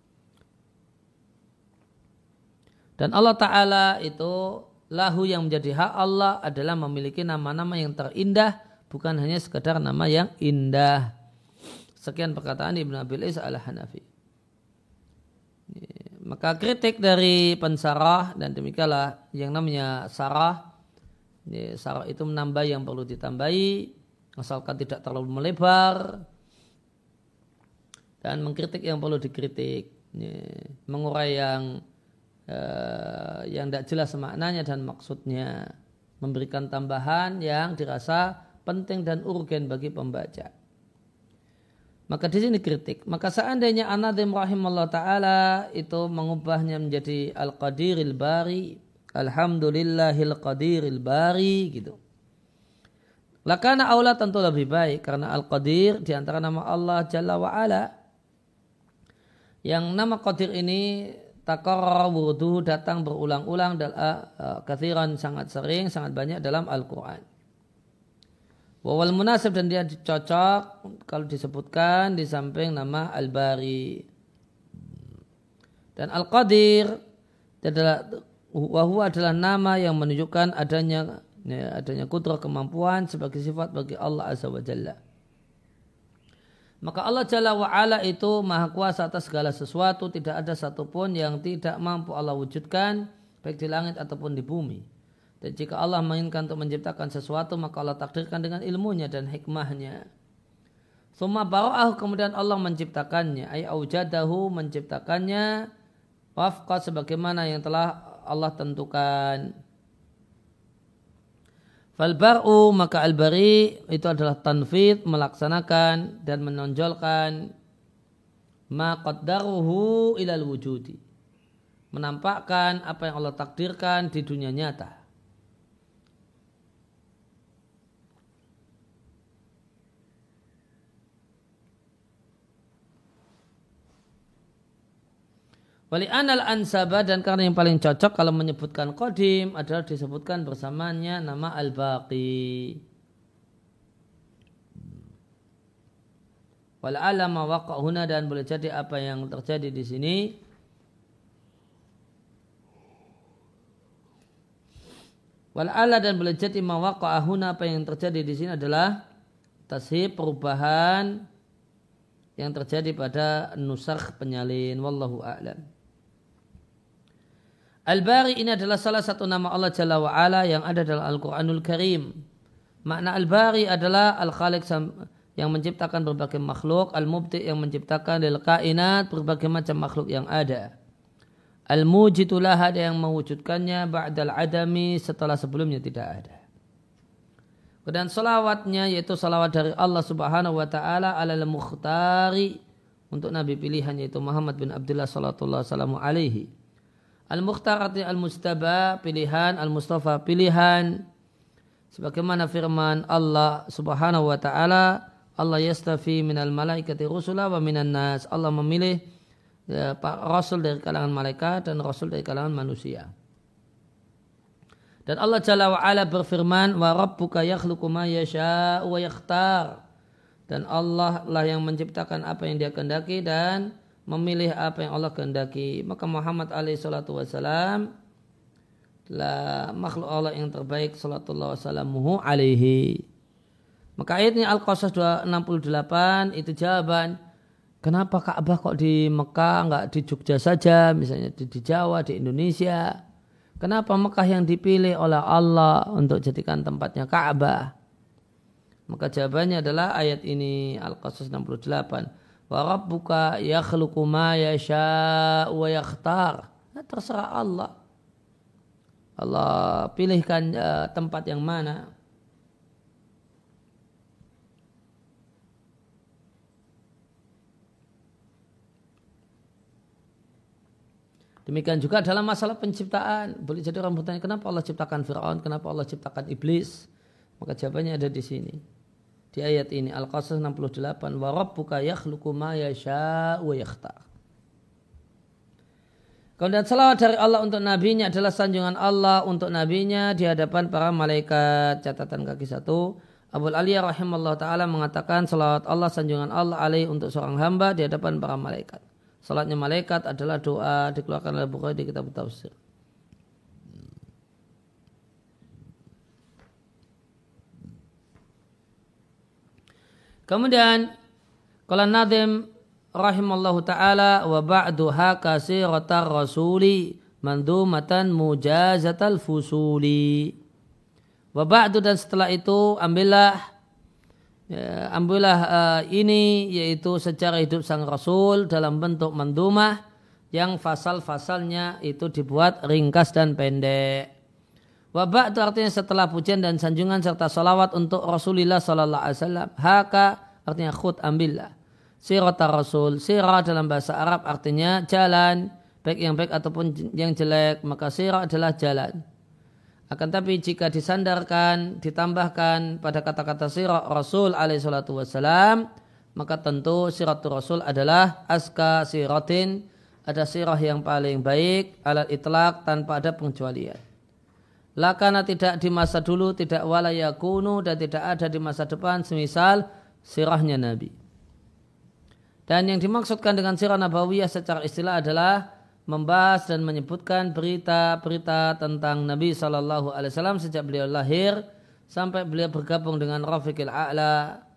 Speaker 1: Dan Allah Ta'ala itu lahu yang menjadi hak Allah adalah memiliki nama-nama yang terindah bukan hanya sekadar nama yang indah. Sekian perkataan Ibnu Abil Is al-Hanafi. Maka kritik dari pensarah dan demikianlah yang namanya sarah. Sarah itu menambah yang perlu ditambahi asalkan tidak terlalu melebar dan mengkritik yang perlu dikritik, mengurai yang Uh, yang tidak jelas maknanya dan maksudnya, memberikan tambahan yang dirasa penting dan urgen bagi pembaca. Maka di sini kritik. Maka seandainya An-Nadhim rahimahullah ta'ala itu mengubahnya menjadi Al-Qadiril Bari, Alhamdulillahil Qadiril Bari gitu. Lakana aula tentu lebih baik karena Al-Qadir diantara nama Allah Jalla wa'ala. Yang nama Qadir ini takarrar wuruduhu datang berulang-ulang dalam uh, kathiran sangat sering, sangat banyak dalam Al-Quran. Wawal munasib dan dia cocok kalau disebutkan di samping nama Al-Bari. Dan Al-Qadir adalah wahwa adalah nama yang menunjukkan adanya ya, adanya kudrah kemampuan sebagai sifat bagi Allah Azza wa Jalla. Maka Allah Jalla wa'ala itu maha kuasa atas segala sesuatu. Tidak ada satupun yang tidak mampu Allah wujudkan baik di langit ataupun di bumi. Dan jika Allah menginginkan untuk menciptakan sesuatu maka Allah takdirkan dengan ilmunya dan hikmahnya. Tsumma bara'ahu kemudian Allah menciptakannya. Ay aujadahu menciptakannya. Wafqa sebagaimana yang telah Allah tentukan. Falbar'u maka al-bari itu adalah tanfid, melaksanakan dan menonjolkan ma qaddaruhu ilal wujudi, menampakkan apa yang Allah takdirkan di dunia nyata. Wali anal ansaba dan karena yang paling cocok kalau menyebutkan qadim adalah disebutkan bersamanya nama al-baqi. Wal alama waqa'huna dan boleh jadi apa yang terjadi di sini wal ala dan boleh jadi ma waqa'huna apa yang terjadi di sini adalah tashib perubahan yang terjadi pada nusakh penyalin. Wallahu a'lam. Al-Bari ini adalah salah satu nama Allah Jalla wa'ala yang ada dalam Al-Quranul Karim. Makna Al-Bari adalah Al-Khaliq yang menciptakan berbagai makhluk, Al-Mubti yang menciptakan lil kainat berbagai macam makhluk yang ada. Al-Mujitulah ada yang mewujudkannya ba'dal adami setelah sebelumnya tidak ada. Dan salawatnya yaitu salawat dari Allah Subhanahu wa taala alal mukhtari untuk nabi pilihan yaitu Muhammad bin Abdullah sallallahu alaihi. Al-Mukhtar artinya al-Mustaba pilihan, al-Mustafa pilihan. Sebagaimana firman Allah Subhanahu wa taala, Allah yastafi minal malaikati rusula wa minan nas. Allah memilih ya, rasul dari kalangan malaikat dan rasul dari kalangan manusia. Dan Allah Jalla wa Ala berfirman, wa rabbuka yakhluqu ma yasha'u wa yakhtar. Dan Allah lah yang menciptakan apa yang Dia kehendaki dan memilih apa yang Allah kehendaki. Maka Muhammad alaihi salatu wasalam adalah makhluk Allah yang terbaik sallallahu wasallamuhu alaihi. Maka ayatnya Al-Qasas dua ratus enam puluh delapan itu jawaban kenapa Ka'bah kok di Mekah enggak di Jogja saja, misalnya di, di Jawa, di Indonesia. Kenapa Mekah yang dipilih oleh Allah untuk jadikan tempatnya Ka'bah? Maka jawabannya adalah ayat ini Al-Qasas enam puluh delapan. Wa rabbuka yakhluqu ma yasha'u wa yakhtar. Nah, terserah Allah. Allah pilihkan uh, tempat yang mana. Demikian juga dalam masalah penciptaan. Boleh jadi orang bertanya kenapa Allah ciptakan Fir'aun, kenapa Allah ciptakan iblis? Maka jawabannya ada di sini. Di ayat ini Al-Qasas enam puluh delapan wa rabbuka yakhluqu ma yasha'u wa yakhtar. Kemudian salawat dari Allah untuk nabinya adalah sanjungan Allah untuk nabinya di hadapan para malaikat. Catatan kaki satu. Abul Aliyah rahimahullah ta'ala mengatakan salawat Allah sanjungan Allah alaih untuk seorang hamba di hadapan para malaikat. Salatnya malaikat adalah doa dikeluarkan oleh Bukhari di kitab tafsir. Kemudian kalau Nadim rahimallahu ta'ala wa ba'duha kasiratar rasuli mandumatan mujazatal fusuli. Wa ba'du dan setelah itu ambillah ya, ambillah uh, ini yaitu sejarah hidup sang Rasul dalam bentuk mandumah yang fasal-fasalnya itu dibuat ringkas dan pendek. Wa ba'du artinya setelah pujian dan sanjungan serta salawat untuk Rasulullah sallallahu alaihi wasallam. Haka artinya khut ambillah. Sirata Rasul, sirah dalam bahasa Arab artinya jalan, baik yang baik ataupun yang jelek, maka sirah adalah jalan. Akan tapi jika disandarkan, ditambahkan pada kata-kata sirah Rasul alaihi salatu wassalam, maka tentu siratul Rasul adalah aska siratin, ada sirah yang paling baik, alal itlaq tanpa ada pengecualian. Lakana tidak di masa dulu, tidak walayakunu dan tidak ada di masa depan semisal sirahnya Nabi. Dan yang dimaksudkan dengan sirah nabawiyah secara istilah adalah membahas dan menyebutkan berita-berita tentang Nabi shallallahu alaihi wasallam sejak beliau lahir sampai beliau bergabung dengan Rafiqil A'la,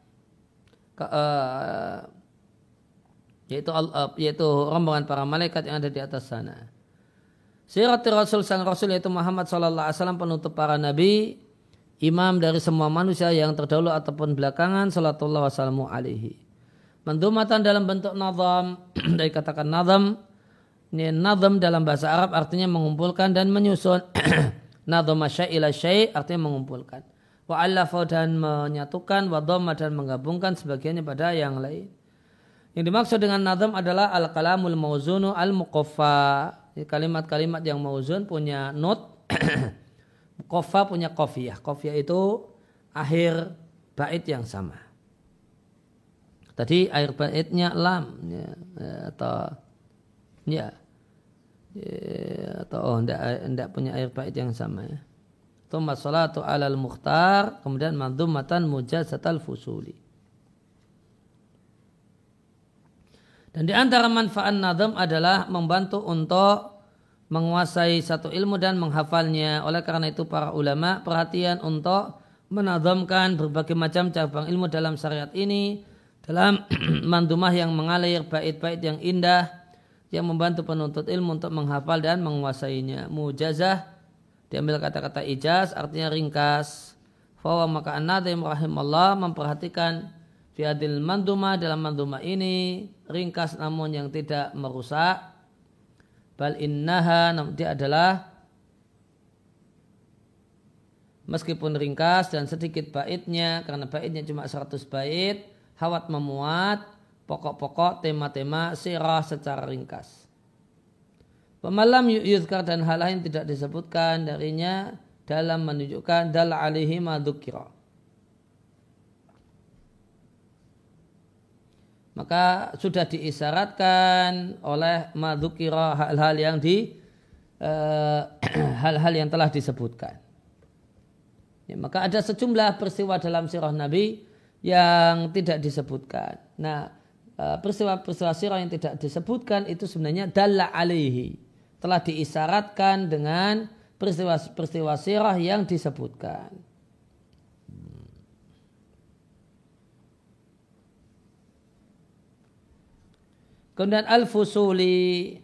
Speaker 1: uh, yaitu, uh, yaitu rombongan para malaikat yang ada di atas sana. Siratul Rasul sang Rasul yaitu Muhammad shallallahu alaihi wasallam penutup para nabi, imam dari semua manusia yang terdahulu ataupun belakangan, sallallahu wasallam alaihi. Mandumatan dalam bentuk nazam, dari katakan nazam, ini nazam dalam bahasa Arab artinya mengumpulkan dan menyusun. Nazama syai'ila syai' artinya mengumpulkan. Wa allafa dan menyatukan, wa dhamma dan menggabungkan sebagiannya pada yang lain. Yang dimaksud dengan nazam adalah al-kalamul mauzunu al-muqaffa. Kalimat-kalimat yang mauzun punya not, muqaffa punya qafiyah. Qafiyah itu akhir bait yang sama. Tadi air baitnya lam ya, atau ya, ya atau oh enggak, enggak punya air bait yang sama ya. Tsumma salatu alal mukhtar, kemudian mandumatan mujazatal fusuli. Dan di antara manfaat nazam adalah membantu untuk menguasai satu ilmu dan menghafalnya. Oleh karena itu para ulama perhatian untuk menazamkan berbagai macam cabang ilmu dalam syariat ini dalam mandumah yang mengalir bait-bait yang indah yang membantu penuntut ilmu untuk menghafal dan menguasainya. Mujazah diambil kata-kata ijaz artinya ringkas. Fawa maka an-nadhim rahimallah memperhatikan fi hadil mandumah dalam mandumah ini ringkas namun yang tidak merusak. Bal innaha namun dia adalah meskipun ringkas dan sedikit baitnya karena baitnya cuma seratus bait. Hawat memuat pokok-pokok tema-tema sirah secara ringkas. Pemalam yuzkar dan hal lain tidak disebutkan darinya dalam menunjukkan dal alihi madzukira. Maka sudah diisyaratkan oleh madzukira hal-hal yang di uh, hal-hal yang telah disebutkan. Ya, maka ada sejumlah peristiwa dalam sirah Nabi yang tidak disebutkan. Nah, peristiwa-peristiwa sirah yang tidak disebutkan itu sebenarnya dalla alaihi. Telah diisyaratkan dengan peristiwa-peristiwa sirah yang disebutkan. Kemudian al-fusuli.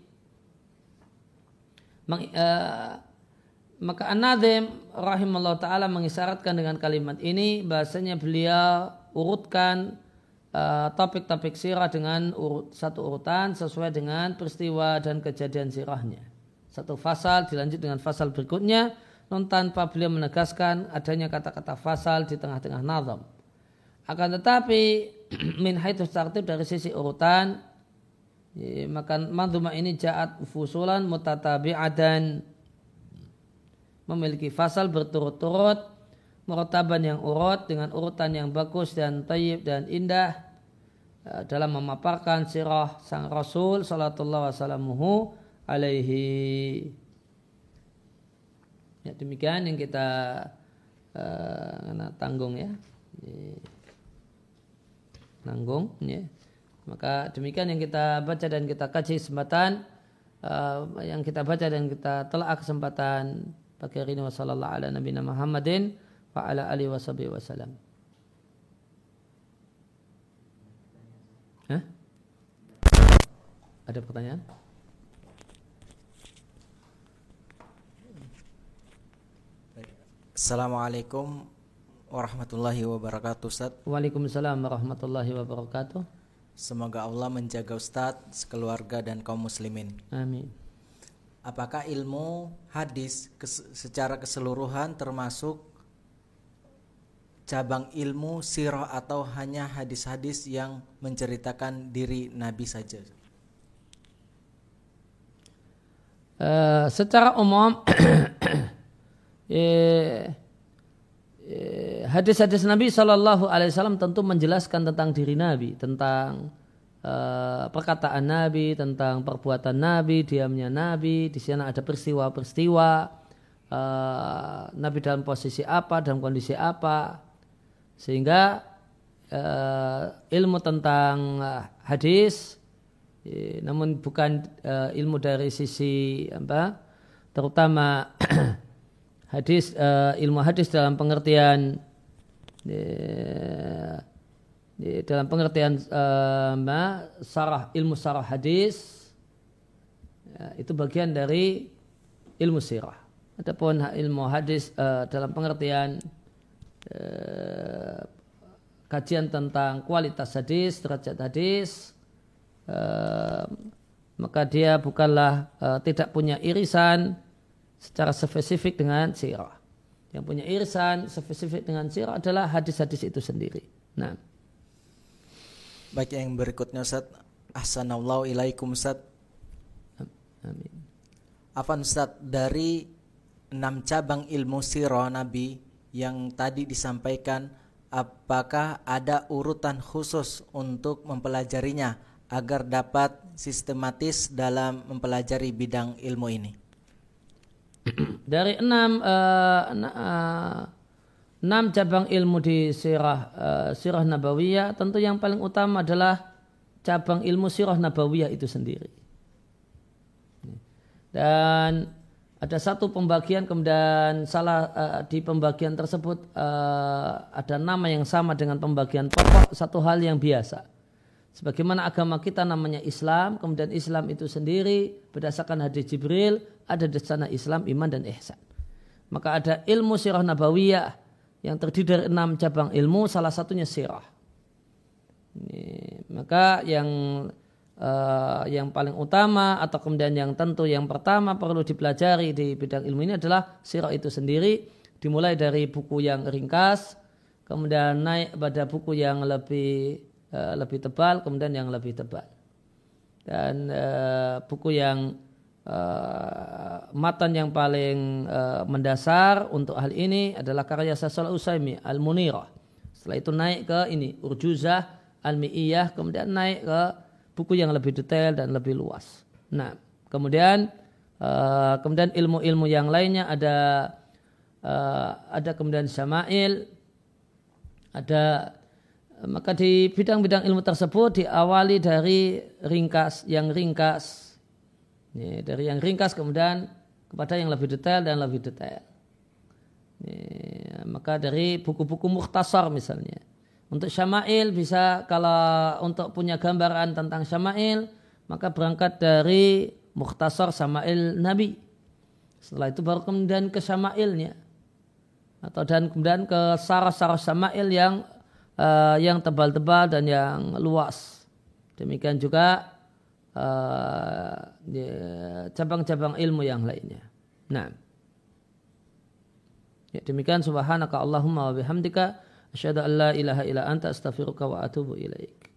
Speaker 1: Maka An-Nadhim rahimahullah ta'ala mengisyaratkan dengan kalimat ini bahasanya beliau urutkan uh, topik-topik sirah dengan urut, satu urutan sesuai dengan peristiwa dan kejadian sirahnya. Satu fasal dilanjut dengan fasal berikutnya non tanpa beliau menegaskan adanya kata-kata fasal di tengah-tengah nazam. Akan tetapi min haitsu tartib dari sisi urutan ya, maka manzumah ini ja'at fusulan mutatabi'atan memiliki fasal berturut-turut murtaban yang urut dengan urutan yang bagus dan thayyib dan indah dalam memaparkan sirah sang Rasul sallallahu wasallamuhu alaihi. Ya, demikian yang kita uh, tanggung ya. Nanggung ya. Maka demikian yang kita baca dan kita kaji kesempatan uh, yang kita baca dan kita telah kesempatan pagi hari ini, wassallallahu ala nabiyina Muhammadin wa ala alihi washabihi wasallam. Hah? Ada pertanyaan?
Speaker 2: Assalamualaikum warahmatullahi wabarakatuh, Ustaz.
Speaker 1: Waalaikumsalam warahmatullahi wabarakatuh.
Speaker 2: Semoga Allah menjaga Ustaz, sekeluarga dan kaum muslimin.
Speaker 1: Amin.
Speaker 2: Apakah ilmu hadis kes- secara keseluruhan termasuk cabang ilmu sirah atau hanya hadis-hadis yang menceritakan diri Nabi saja?
Speaker 1: Uh, secara umum Eh, eh, hadis-hadis Nabi Shallallahu Alaihi Wasallam tentu menjelaskan tentang diri Nabi, tentang eh, perkataan Nabi, tentang perbuatan Nabi, diamnya Nabi. Di sana ada peristiwa-peristiwa eh, Nabi dalam posisi apa, dalam kondisi apa, sehingga eh, ilmu tentang eh, hadis, eh, namun bukan eh, ilmu dari sisi apa, terutama hadis uh, ilmu hadis dalam pengertian uh, dalam pengertian uh, sarah ilmu sarah hadis uh, itu bagian dari ilmu sirah. Adapun ilmu hadis uh, dalam pengertian uh, kajian tentang kualitas hadis, derajat hadis, uh, maka dia bukanlah uh, tidak punya irisan secara spesifik dengan sirah. Yang punya irisan spesifik dengan sirah adalah hadis-hadis itu sendiri. Nah,
Speaker 2: baik, yang berikutnya Ustaz. Ahsanallahu ilaikum Ustaz.
Speaker 1: Amin.
Speaker 2: Afan Ustaz, dari enam cabang ilmu sirah Nabi yang tadi disampaikan, apakah ada urutan khusus untuk mempelajarinya agar dapat sistematis dalam mempelajari bidang ilmu ini?
Speaker 1: Dari enam uh, uh, enam cabang ilmu di sirah uh, sirah nabawiyah, tentu yang paling utama adalah cabang ilmu sirah nabawiyah itu sendiri. Dan ada satu pembagian, kemudian salah uh, di pembagian tersebut uh, ada nama yang sama dengan pembagian pokok, satu hal yang biasa. Sebagaimana agama kita namanya Islam, kemudian Islam itu sendiri berdasarkan hadis Jibril ada di sana Islam, iman dan ihsan. Maka ada ilmu sirah nabawiyah yang terdiri dari enam cabang ilmu, salah satunya sirah. Ini, maka yang uh, yang paling utama atau kemudian yang tentu yang pertama perlu dipelajari di bidang ilmu ini adalah sirah itu sendiri, dimulai dari buku yang ringkas, kemudian naik pada buku yang lebih lebih tebal, kemudian yang lebih tebal. Dan uh, buku yang uh, matan yang paling uh, mendasar untuk hal ini adalah karya Syaikh Utsaimin Al-Munirah. Setelah itu naik ke ini Urjuzah Al-Mi'iyah, kemudian naik ke buku yang lebih detail dan lebih luas. Nah, kemudian uh, kemudian ilmu-ilmu yang lainnya ada uh, ada kemudian Syama'il, ada. Maka di bidang-bidang ilmu tersebut diawali dari ringkas, yang ringkas, ya, dari yang ringkas kemudian kepada yang lebih detail dan lebih detail. Ya, maka dari buku-buku mukhtasar misalnya. Untuk Syama'il bisa, kalau untuk punya gambaran tentang Syama'il, maka berangkat dari mukhtasar Syama'il Nabi. Setelah itu baru kemudian ke Syama'ilnya. Atau dan kemudian ke sarah-sarah Syama'il yang Uh, yang tebal-tebal dan yang luas. Demikian juga uh, ya, cabang-cabang ilmu yang lainnya. Nah, ya, demikian subhanaka Allahumma wa bihamdika asyhadu an la ilaha illa anta astaghfiruka wa atubu ilaik.